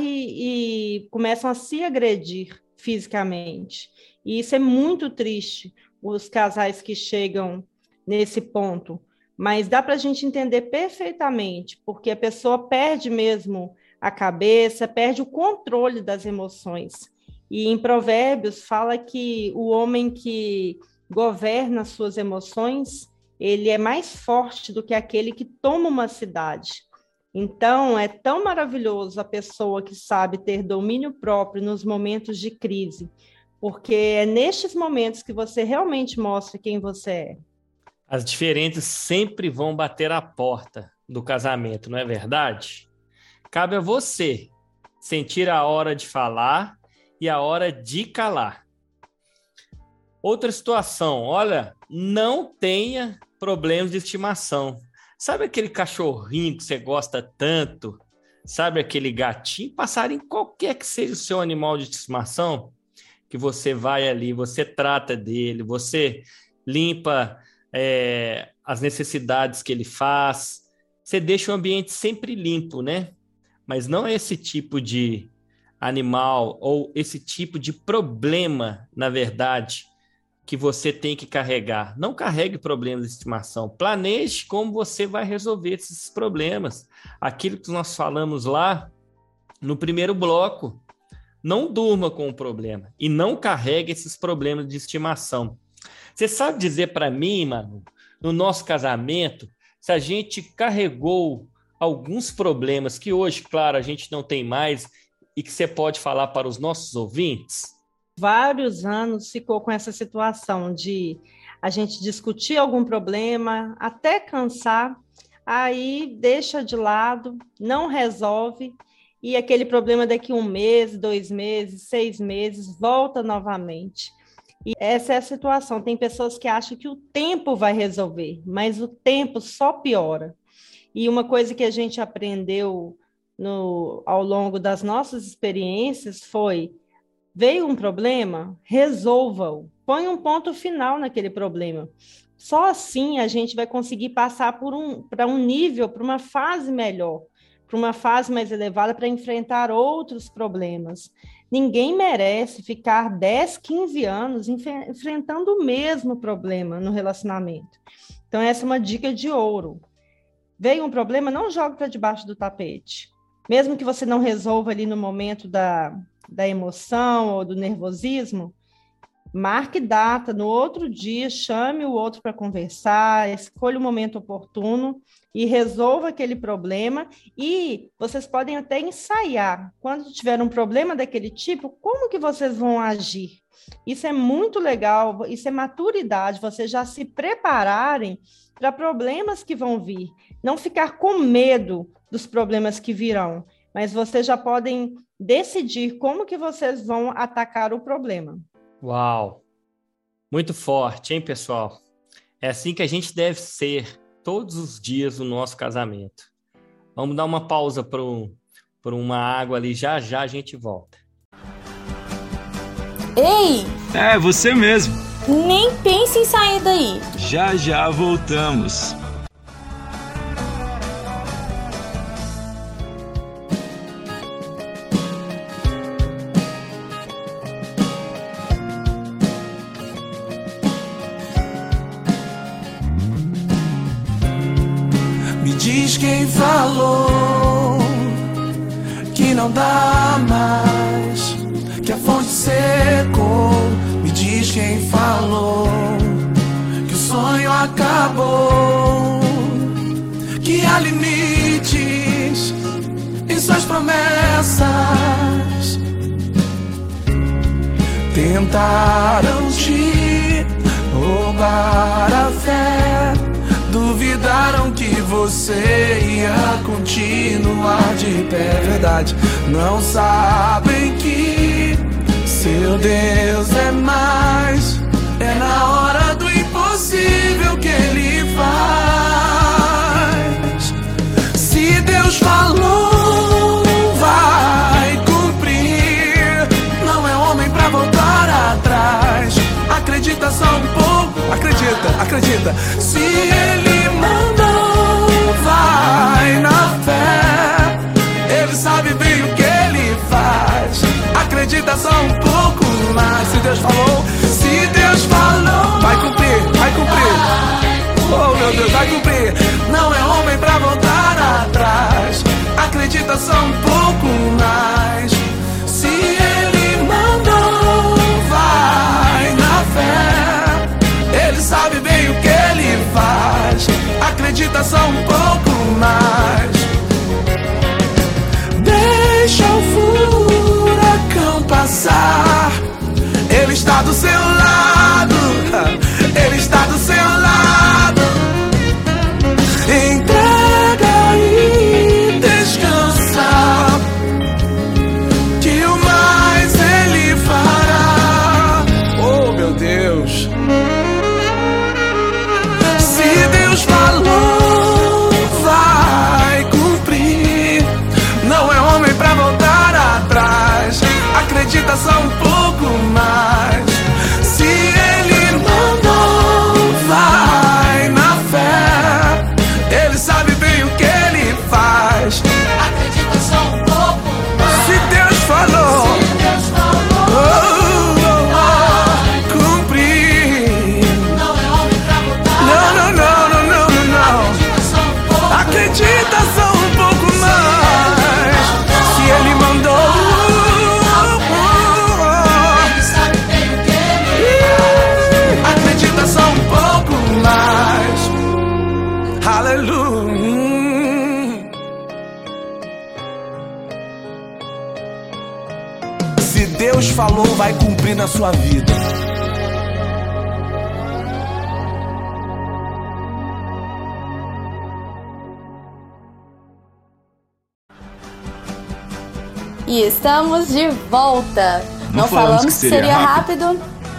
e começam a se agredir fisicamente. E isso é muito triste, os casais que chegam nesse ponto. Mas dá para a gente entender perfeitamente, porque a pessoa perde mesmo a cabeça, perde o controle das emoções. E em Provérbios fala que o homem que governa suas emoções, ele é mais forte do que aquele que toma uma cidade. Então, é tão maravilhoso a pessoa que sabe ter domínio próprio nos momentos de crise, porque é nestes momentos que você realmente mostra quem você é. As diferenças sempre vão bater a porta do casamento, não é verdade? Cabe a você sentir a hora de falar e a hora de calar. Outra situação, olha, não tenha problemas de estimação. Sabe aquele cachorrinho que você gosta tanto? Sabe aquele gatinho, passarinho, qualquer que seja o seu animal de estimação, que você vai ali, você trata dele, você limpa as necessidades que ele faz, você deixa o ambiente sempre limpo, né? Mas não é esse tipo de animal ou esse tipo de problema, na verdade, que você tem que carregar. Não carregue problemas de estimação. Planeje como você vai resolver esses problemas. Aquilo que nós falamos lá no primeiro bloco. Não durma com o problema e não carregue esses problemas de estimação. Você sabe dizer para mim, Manu, no nosso casamento, se a gente carregou alguns problemas que hoje, claro, a gente não tem mais e que você pode falar para os nossos ouvintes? Vários anos ficou com essa situação de a gente discutir algum problema, até cansar, aí deixa de lado, não resolve, e aquele problema daqui 1 mês, 2 meses, 6 meses, volta novamente. E essa é a situação. Tem pessoas que acham que o tempo vai resolver, mas o tempo só piora. E uma coisa que a gente aprendeu ao longo das nossas experiências foi: veio um problema, resolva-o, põe um ponto final naquele problema. Só assim a gente vai conseguir passar para um nível, para uma fase melhor, para uma fase mais elevada, para enfrentar outros problemas. Ninguém merece ficar 10, 15 anos enfrentando o mesmo problema no relacionamento. Então, essa é uma dica de ouro. Veio um problema, não jogue para debaixo do tapete. Mesmo que você não resolva ali no momento da emoção ou do nervosismo, marque data, no outro dia, chame o outro para conversar, escolha o momento oportuno e resolva aquele problema. E vocês podem até ensaiar, quando tiver um problema daquele tipo, como que vocês vão agir. Isso é muito legal, isso é maturidade, vocês já se prepararem para problemas que vão vir. Não ficar com medo dos problemas que virão, mas vocês já podem decidir como que vocês vão atacar o problema. Uau! Muito forte, hein, pessoal? É assim que a gente deve ser todos os dias no nosso casamento. Vamos dar uma pausa por uma água ali, já já a gente volta. Ei! É, você mesmo. Nem pense em sair daí. Já já voltamos. diz quem falou que não dá mais, que a fonte secou. Me diz quem falou que o sonho acabou, que há limites em suas promessas. Tentaram te roubar a fé, duvidaram que você ia continuar de pé. Verdade, não sabem que seu Deus é mais. É na hora do impossível que Ele faz. Se Deus falou, vai cumprir. Não é homem pra voltar atrás. Acredita só um pouco, acredita. Se Ele mandou, vai na fé. Ele sabe bem o que Ele faz. Acredita só um pouco mais. Se Deus falou, vai cumprir. Oh meu Deus, vai cumprir. Não é homem pra voltar atrás. Acredita só um pouco mais. Se Ele mandou, vai na fé. Ele sabe bem o que Ele faz. Acredita só um pouco mais. Deixa o furacão passar. Ele está do seu lado. Ele está do seu lado. Entrega e descansa, que o mais Ele fará. Oh meu Deus. Se Deus falou, vai cumprir. Não é homem pra voltar atrás. Acredita só um pouco mais. Se Ele mandou, vai na fé. Ele sabe bem o que Ele faz. Acredita só um pouco mais. Se Deus falou, cumprir. Não é homem pra voltar. Não. Acredita só um pouco mais. Se Ele mandou, Ele sabe bem o que Ele faz. Acredita só um pouco mais. Aleluia. Se Deus falou, vai cumprir na sua vida. E estamos de volta. Não falamos que seria rápido.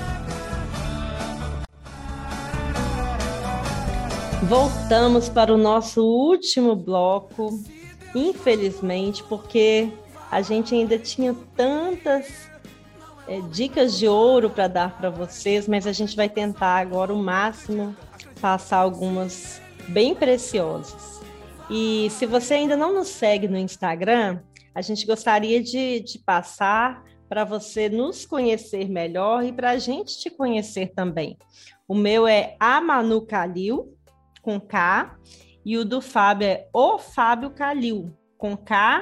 Voltamos para o nosso último bloco, infelizmente, porque a gente ainda tinha tantas dicas de ouro para dar para vocês, mas a gente vai tentar agora o máximo passar algumas bem preciosas. E se você ainda não nos segue no Instagram, a gente gostaria de passar para você nos conhecer melhor e para a gente te conhecer também. O meu é Manu Calil, com K, e o do Fábio é o Fábio Calil, com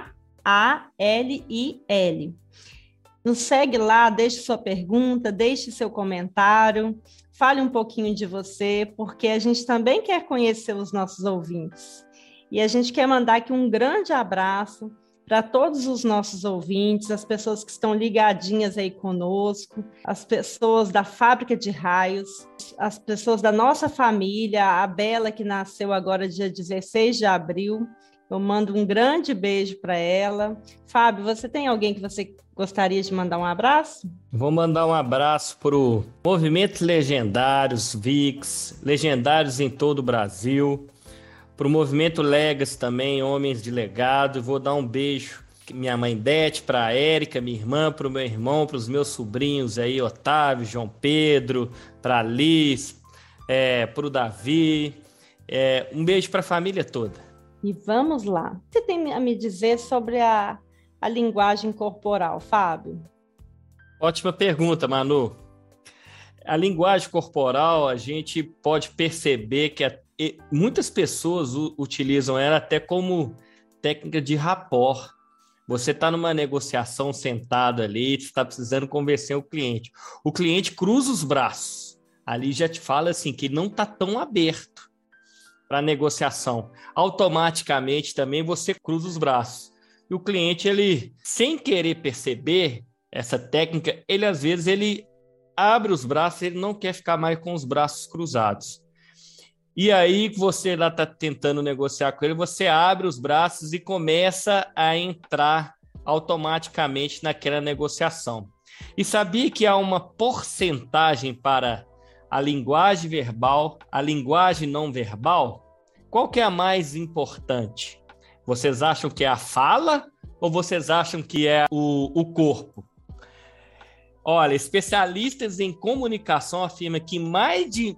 K-A-L-I-L. Nos segue lá, deixe sua pergunta, deixe seu comentário, fale um pouquinho de você, porque a gente também quer conhecer os nossos ouvintes. E a gente quer mandar aqui um grande abraço para todos os nossos ouvintes, as pessoas que estão ligadinhas aí conosco, as pessoas da Fábrica de Raios, as pessoas da nossa família, a Bela, que nasceu agora dia 16 de abril. Eu mando um grande beijo para ela. Fábio, você tem alguém que você gostaria de mandar um abraço? Vou mandar um abraço para o Movimento Legendários, VIX, legendários em todo o Brasil. Para o Movimento Legacy também, Homens de Legado. Vou dar um beijo, minha mãe Beth, para a Érica, minha irmã, para o meu irmão, para os meus sobrinhos aí, Otávio, João Pedro, para a Liz, para o Davi. Um beijo para a família toda. E vamos lá. O que você tem a me dizer sobre a linguagem corporal, Fábio? Ótima pergunta, Manu. A linguagem corporal, a gente pode perceber que muitas pessoas utilizam ela até como técnica de rapport. Você está numa negociação sentado ali, você está precisando convencer o cliente cruza os braços, ali já te fala assim, que ele não está tão aberto para negociação. Automaticamente também você cruza os braços. E o cliente, ele, sem querer perceber essa técnica, ele às vezes ele abre os braços, ele não quer ficar mais com os braços cruzados. E aí você lá está tentando negociar com ele, você abre os braços e começa a entrar automaticamente naquela negociação. E sabia que há uma porcentagem para a linguagem verbal, a linguagem não verbal? Qual que é a mais importante? Vocês acham que é a fala ou vocês acham que é o corpo? Olha, especialistas em comunicação afirmam que mais de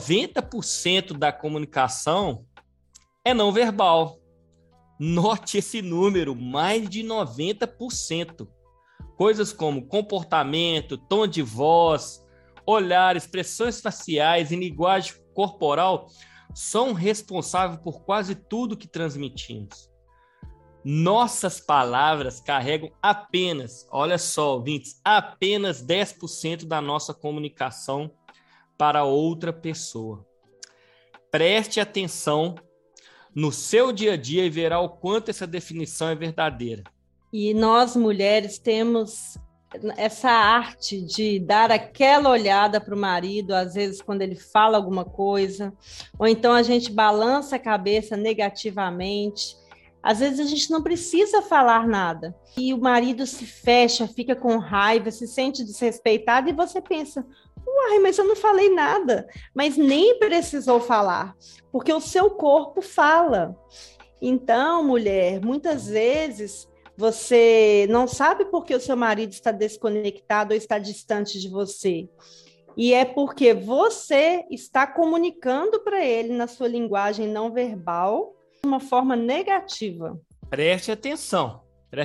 90% da comunicação é não verbal. Note esse número, mais de 90%. Coisas como comportamento, tom de voz, olhar, expressões faciais e linguagem corporal são responsáveis por quase tudo que transmitimos. Nossas palavras carregam apenas, olha só, ouvintes, apenas 10% da nossa comunicação para outra pessoa. Preste atenção no seu dia a dia e verá o quanto essa definição é verdadeira. E nós, mulheres, temos essa arte de dar aquela olhada para o marido, às vezes quando ele fala alguma coisa, ou então a gente balança a cabeça negativamente. Às vezes a gente não precisa falar nada. E o marido se fecha, fica com raiva, se sente desrespeitado e você pensa, uai, mas eu não falei nada. Mas nem precisou falar, porque o seu corpo fala. Então, mulher, muitas vezes você não sabe por que o seu marido está desconectado ou está distante de você. E é porque você está comunicando para ele na sua linguagem não verbal de uma forma negativa. Preste atenção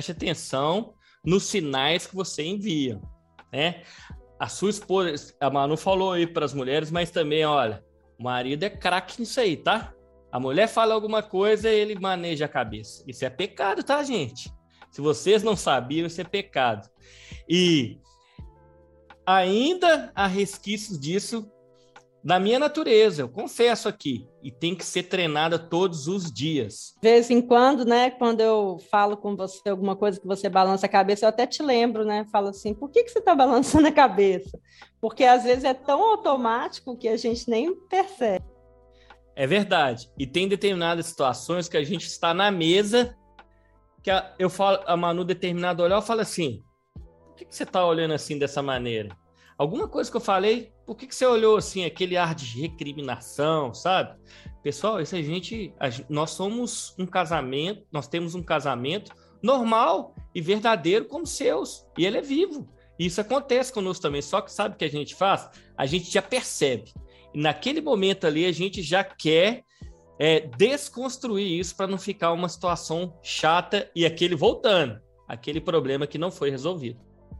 nos sinais que você envia, né? A sua esposa, a Manu falou aí para as mulheres, mas também, olha, o marido é craque nisso aí, tá? A mulher fala alguma coisa, ele maneja a cabeça. Isso é pecado, tá, gente? Se vocês não sabiam, isso é pecado. E ainda há resquícios disso na minha natureza, eu confesso aqui, e tem que ser treinada todos os dias. De vez em quando, né, quando eu falo com você alguma coisa que você balança a cabeça, eu até te lembro, né, falo assim, por que você está balançando a cabeça? Porque às vezes é tão automático que a gente nem percebe. É verdade, e tem determinadas situações que a gente está na mesa, que eu falo, a Manu determinado olhar, eu falo assim, por que você está olhando assim dessa maneira? Alguma coisa que eu falei, por que você olhou assim, aquele ar de recriminação, sabe? Pessoal, isso nós somos um casamento, nós temos um casamento normal e verdadeiro como seus, e ele é vivo. E isso acontece conosco também, só que sabe o que a gente faz? A gente já percebe. E naquele momento ali, a gente já quer desconstruir isso para não ficar uma situação chata e aquele problema que não foi resolvido.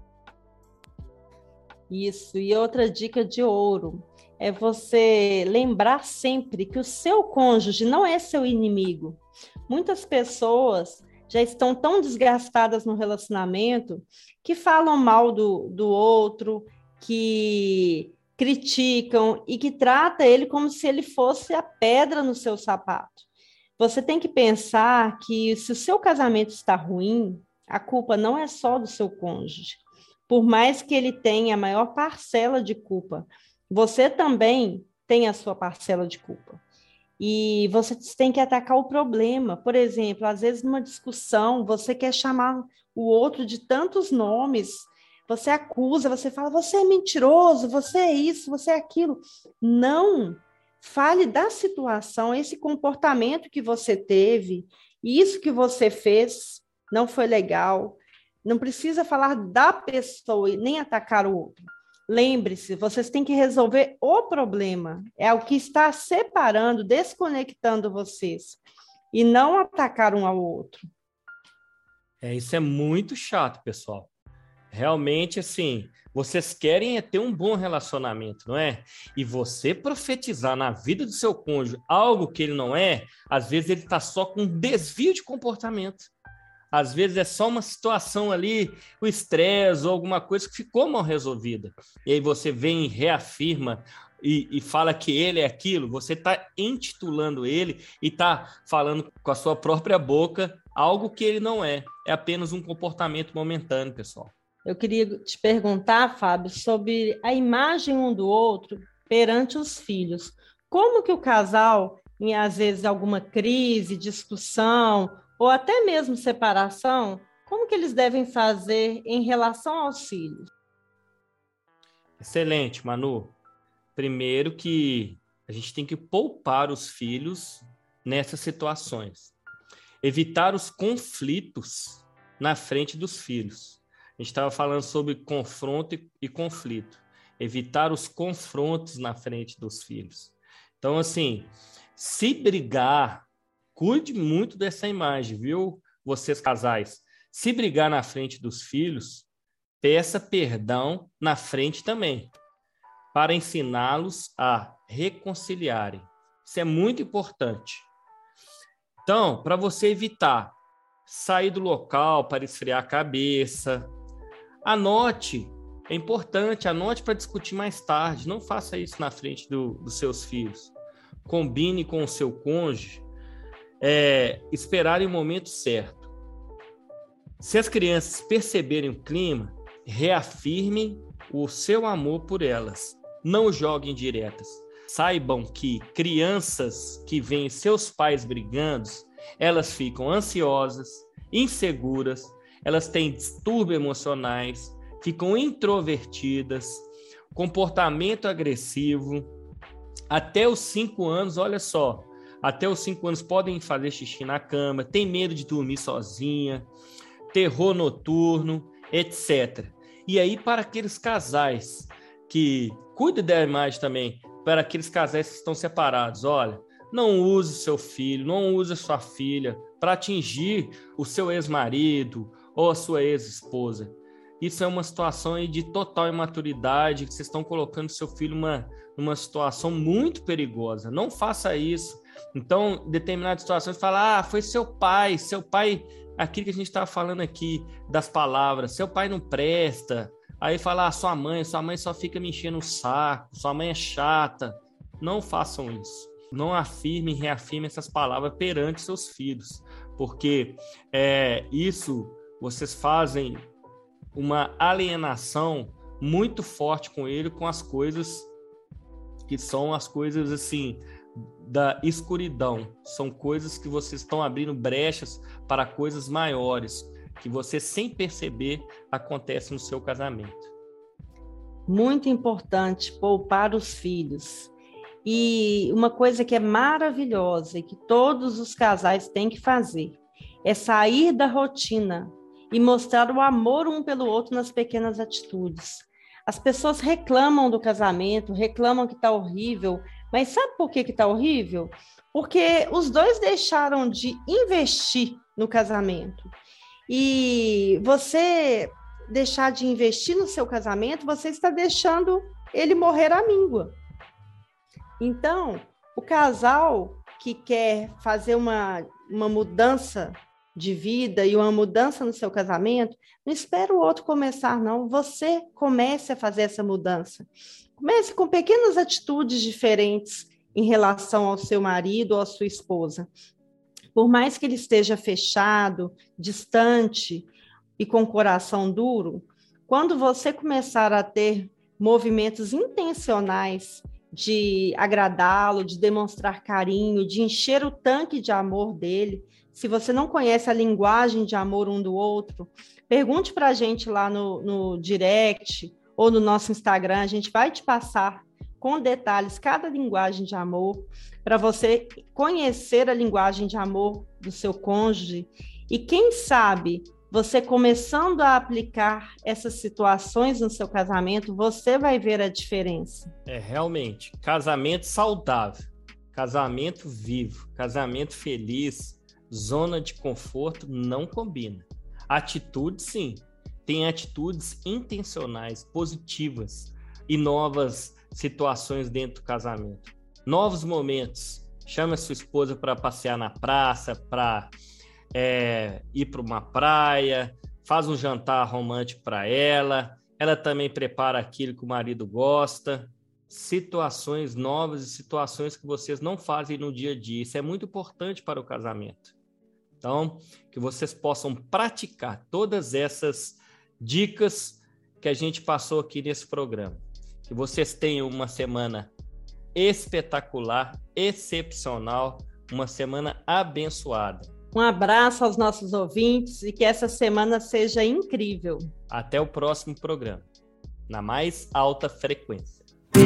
Isso, e outra dica de ouro é você lembrar sempre que o seu cônjuge não é seu inimigo. Muitas pessoas já estão tão desgastadas no relacionamento que falam mal do outro, que criticam e que trata ele como se ele fosse a pedra no seu sapato. Você tem que pensar que se o seu casamento está ruim, a culpa não é só do seu cônjuge. Por mais que ele tenha a maior parcela de culpa, você também tem a sua parcela de culpa. E você tem que atacar o problema. Por exemplo, às vezes numa discussão, você quer chamar o outro de tantos nomes, você acusa, você fala, você é mentiroso, você é isso, você é aquilo. Não, fale da situação, esse comportamento que você teve, isso que você fez não foi legal. Não precisa falar da pessoa e nem atacar o outro. Lembre-se, vocês têm que resolver o problema. É o que está separando, desconectando vocês. E não atacar um ao outro. Isso é muito chato, pessoal. realmente, assim, vocês querem ter um bom relacionamento, não é? E você profetizar na vida do seu cônjuge algo que ele não é, às vezes ele está só com um desvio de comportamento. Às vezes é só uma situação ali, o estresse ou alguma coisa que ficou mal resolvida. E aí você vem e reafirma e fala que ele é aquilo, você está intitulando ele e está falando com a sua própria boca algo que ele não é. É apenas um comportamento momentâneo, pessoal. Eu queria te perguntar, Fábio, sobre a imagem um do outro perante os filhos. Como que o casal, em às vezes alguma crise, discussão, ou até mesmo separação, como que eles devem fazer em relação aos filhos? Excelente, Manu. Primeiro que a gente tem que poupar os filhos nessas situações. Evitar os conflitos na frente dos filhos. A gente estava falando sobre confronto e conflito. Evitar os confrontos na frente dos filhos. Então, assim, se brigar, cuide muito dessa imagem, viu, vocês casais? Se brigar na frente dos filhos, peça perdão na frente também, para ensiná-los a reconciliarem. Isso é muito importante. Então, para você evitar sair do local para esfriar a cabeça, anote, é importante, anote para discutir mais tarde, não faça isso na frente dos seus filhos. Combine com o seu cônjuge, esperarem o momento certo. Se as crianças perceberem o clima, reafirmem o seu amor por elas. Não joguem diretas. Saibam que crianças que veem seus pais brigando, elas ficam ansiosas, inseguras, elas têm distúrbios emocionais, ficam introvertidas, comportamento agressivo. Até os 5 anos, olha só, até os 5 anos podem fazer xixi na cama, tem medo de dormir sozinha, terror noturno, etc. E aí, para aqueles casais que cuidem da imagem também, para aqueles casais que estão separados, olha, não use seu filho, não use a sua filha para atingir o seu ex-marido ou a sua ex-esposa. Isso é uma situação aí de total imaturidade, que vocês estão colocando seu filho numa situação muito perigosa. Não faça isso. Então, em determinadas situações, fala, foi seu pai, aquilo que a gente estava falando aqui, das palavras, seu pai não presta. Aí fala, sua mãe só fica me enchendo o saco, sua mãe é chata. Não façam isso. Não afirmem, reafirmem essas palavras perante seus filhos, porque isso vocês fazem uma alienação muito forte com ele, com as coisas que são as coisas assim da escuridão. São coisas que vocês estão abrindo brechas para coisas maiores, que você, sem perceber, acontece no seu casamento. Muito importante poupar os filhos. E uma coisa que é maravilhosa e que todos os casais têm que fazer é sair da rotina e mostrar o amor um pelo outro nas pequenas atitudes. As pessoas reclamam do casamento, reclamam que está horrível, mas sabe por que está horrível? Porque os dois deixaram de investir no casamento. E você deixar de investir no seu casamento, você está deixando ele morrer à míngua. Então, o casal que quer fazer uma mudança de vida e uma mudança no seu casamento, não espera o outro começar, não. Você comece a fazer essa mudança. Comece com pequenas atitudes diferentes em relação ao seu marido ou à sua esposa. Por mais que ele esteja fechado, distante e com o coração duro, quando você começar a ter movimentos intencionais de agradá-lo, de demonstrar carinho, de encher o tanque de amor dele, se você não conhece a linguagem de amor um do outro, pergunte para a gente lá no direct ou no nosso Instagram, a gente vai te passar com detalhes cada linguagem de amor, para você conhecer a linguagem de amor do seu cônjuge. E quem sabe, você começando a aplicar essas situações no seu casamento, você vai ver a diferença. Realmente, casamento saudável, casamento vivo, casamento feliz, zona de conforto não combina. Atitude, sim. Tenha atitudes intencionais, positivas e novas situações dentro do casamento. Novos momentos. Chame a sua esposa para passear na praça, para ir para uma praia, faz um jantar romântico para ela. Ela também prepara aquilo que o marido gosta. Situações novas e situações que vocês não fazem no dia a dia. Isso é muito importante para o casamento. Então, que vocês possam praticar todas essas dicas que a gente passou aqui nesse programa. Que vocês tenham uma semana espetacular, excepcional, uma semana abençoada. Um abraço aos nossos ouvintes e que essa semana seja incrível. Até o próximo programa, na mais alta frequência.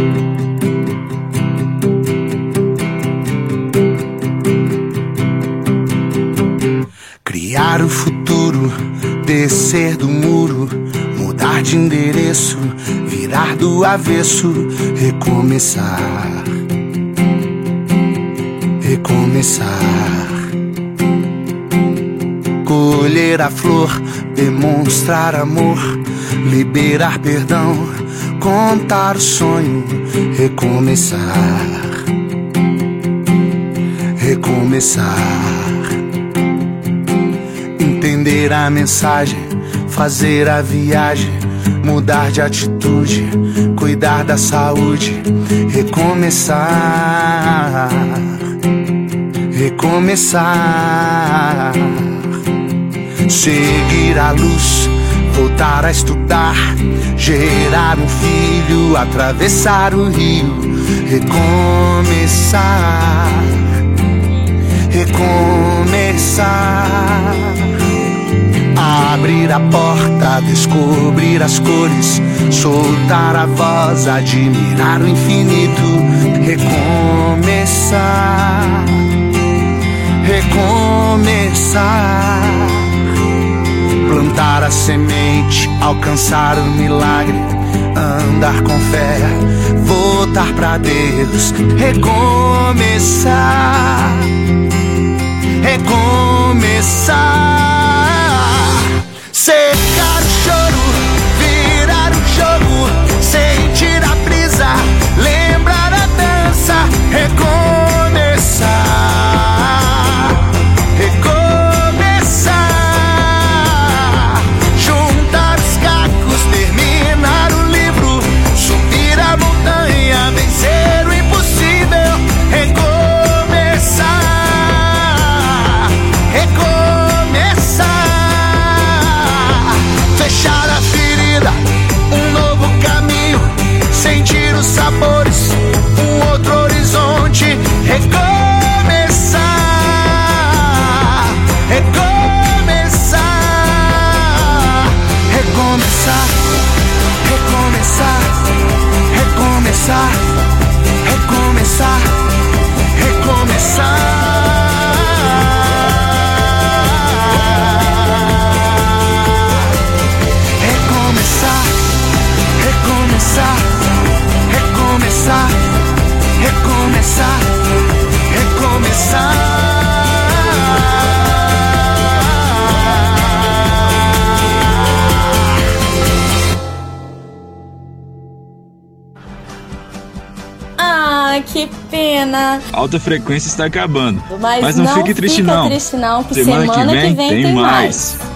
Criar o futuro, descer do muro, mudar de endereço, virar do avesso, recomeçar. Colher a flor, demonstrar amor, liberar perdão, contar o sonho, recomeçar. Entender a mensagem, fazer a viagem, mudar de atitude, cuidar da saúde, recomeçar. Seguir a luz, voltar a estudar, gerar um filho, atravessar o rio, recomeçar. Abrir a porta, descobrir as cores, soltar a voz, admirar o infinito, recomeçar. Plantar a semente, alcançar o milagre, andar com fé, voltar pra Deus, recomeçar. Secar o choro, virar o jogo, sentir a brisa, lembrar a dança, recomeçar. Juntar os cacos, terminar o livro, subir a montanha, vencer o impossível, recomeçar. Fechar a ferida, um novo caminho, sentir os sabores, um outro horizonte, recomeçar. Que pena. Alta Frequência está acabando. Mas não fique triste não, que semana que vem tem mais.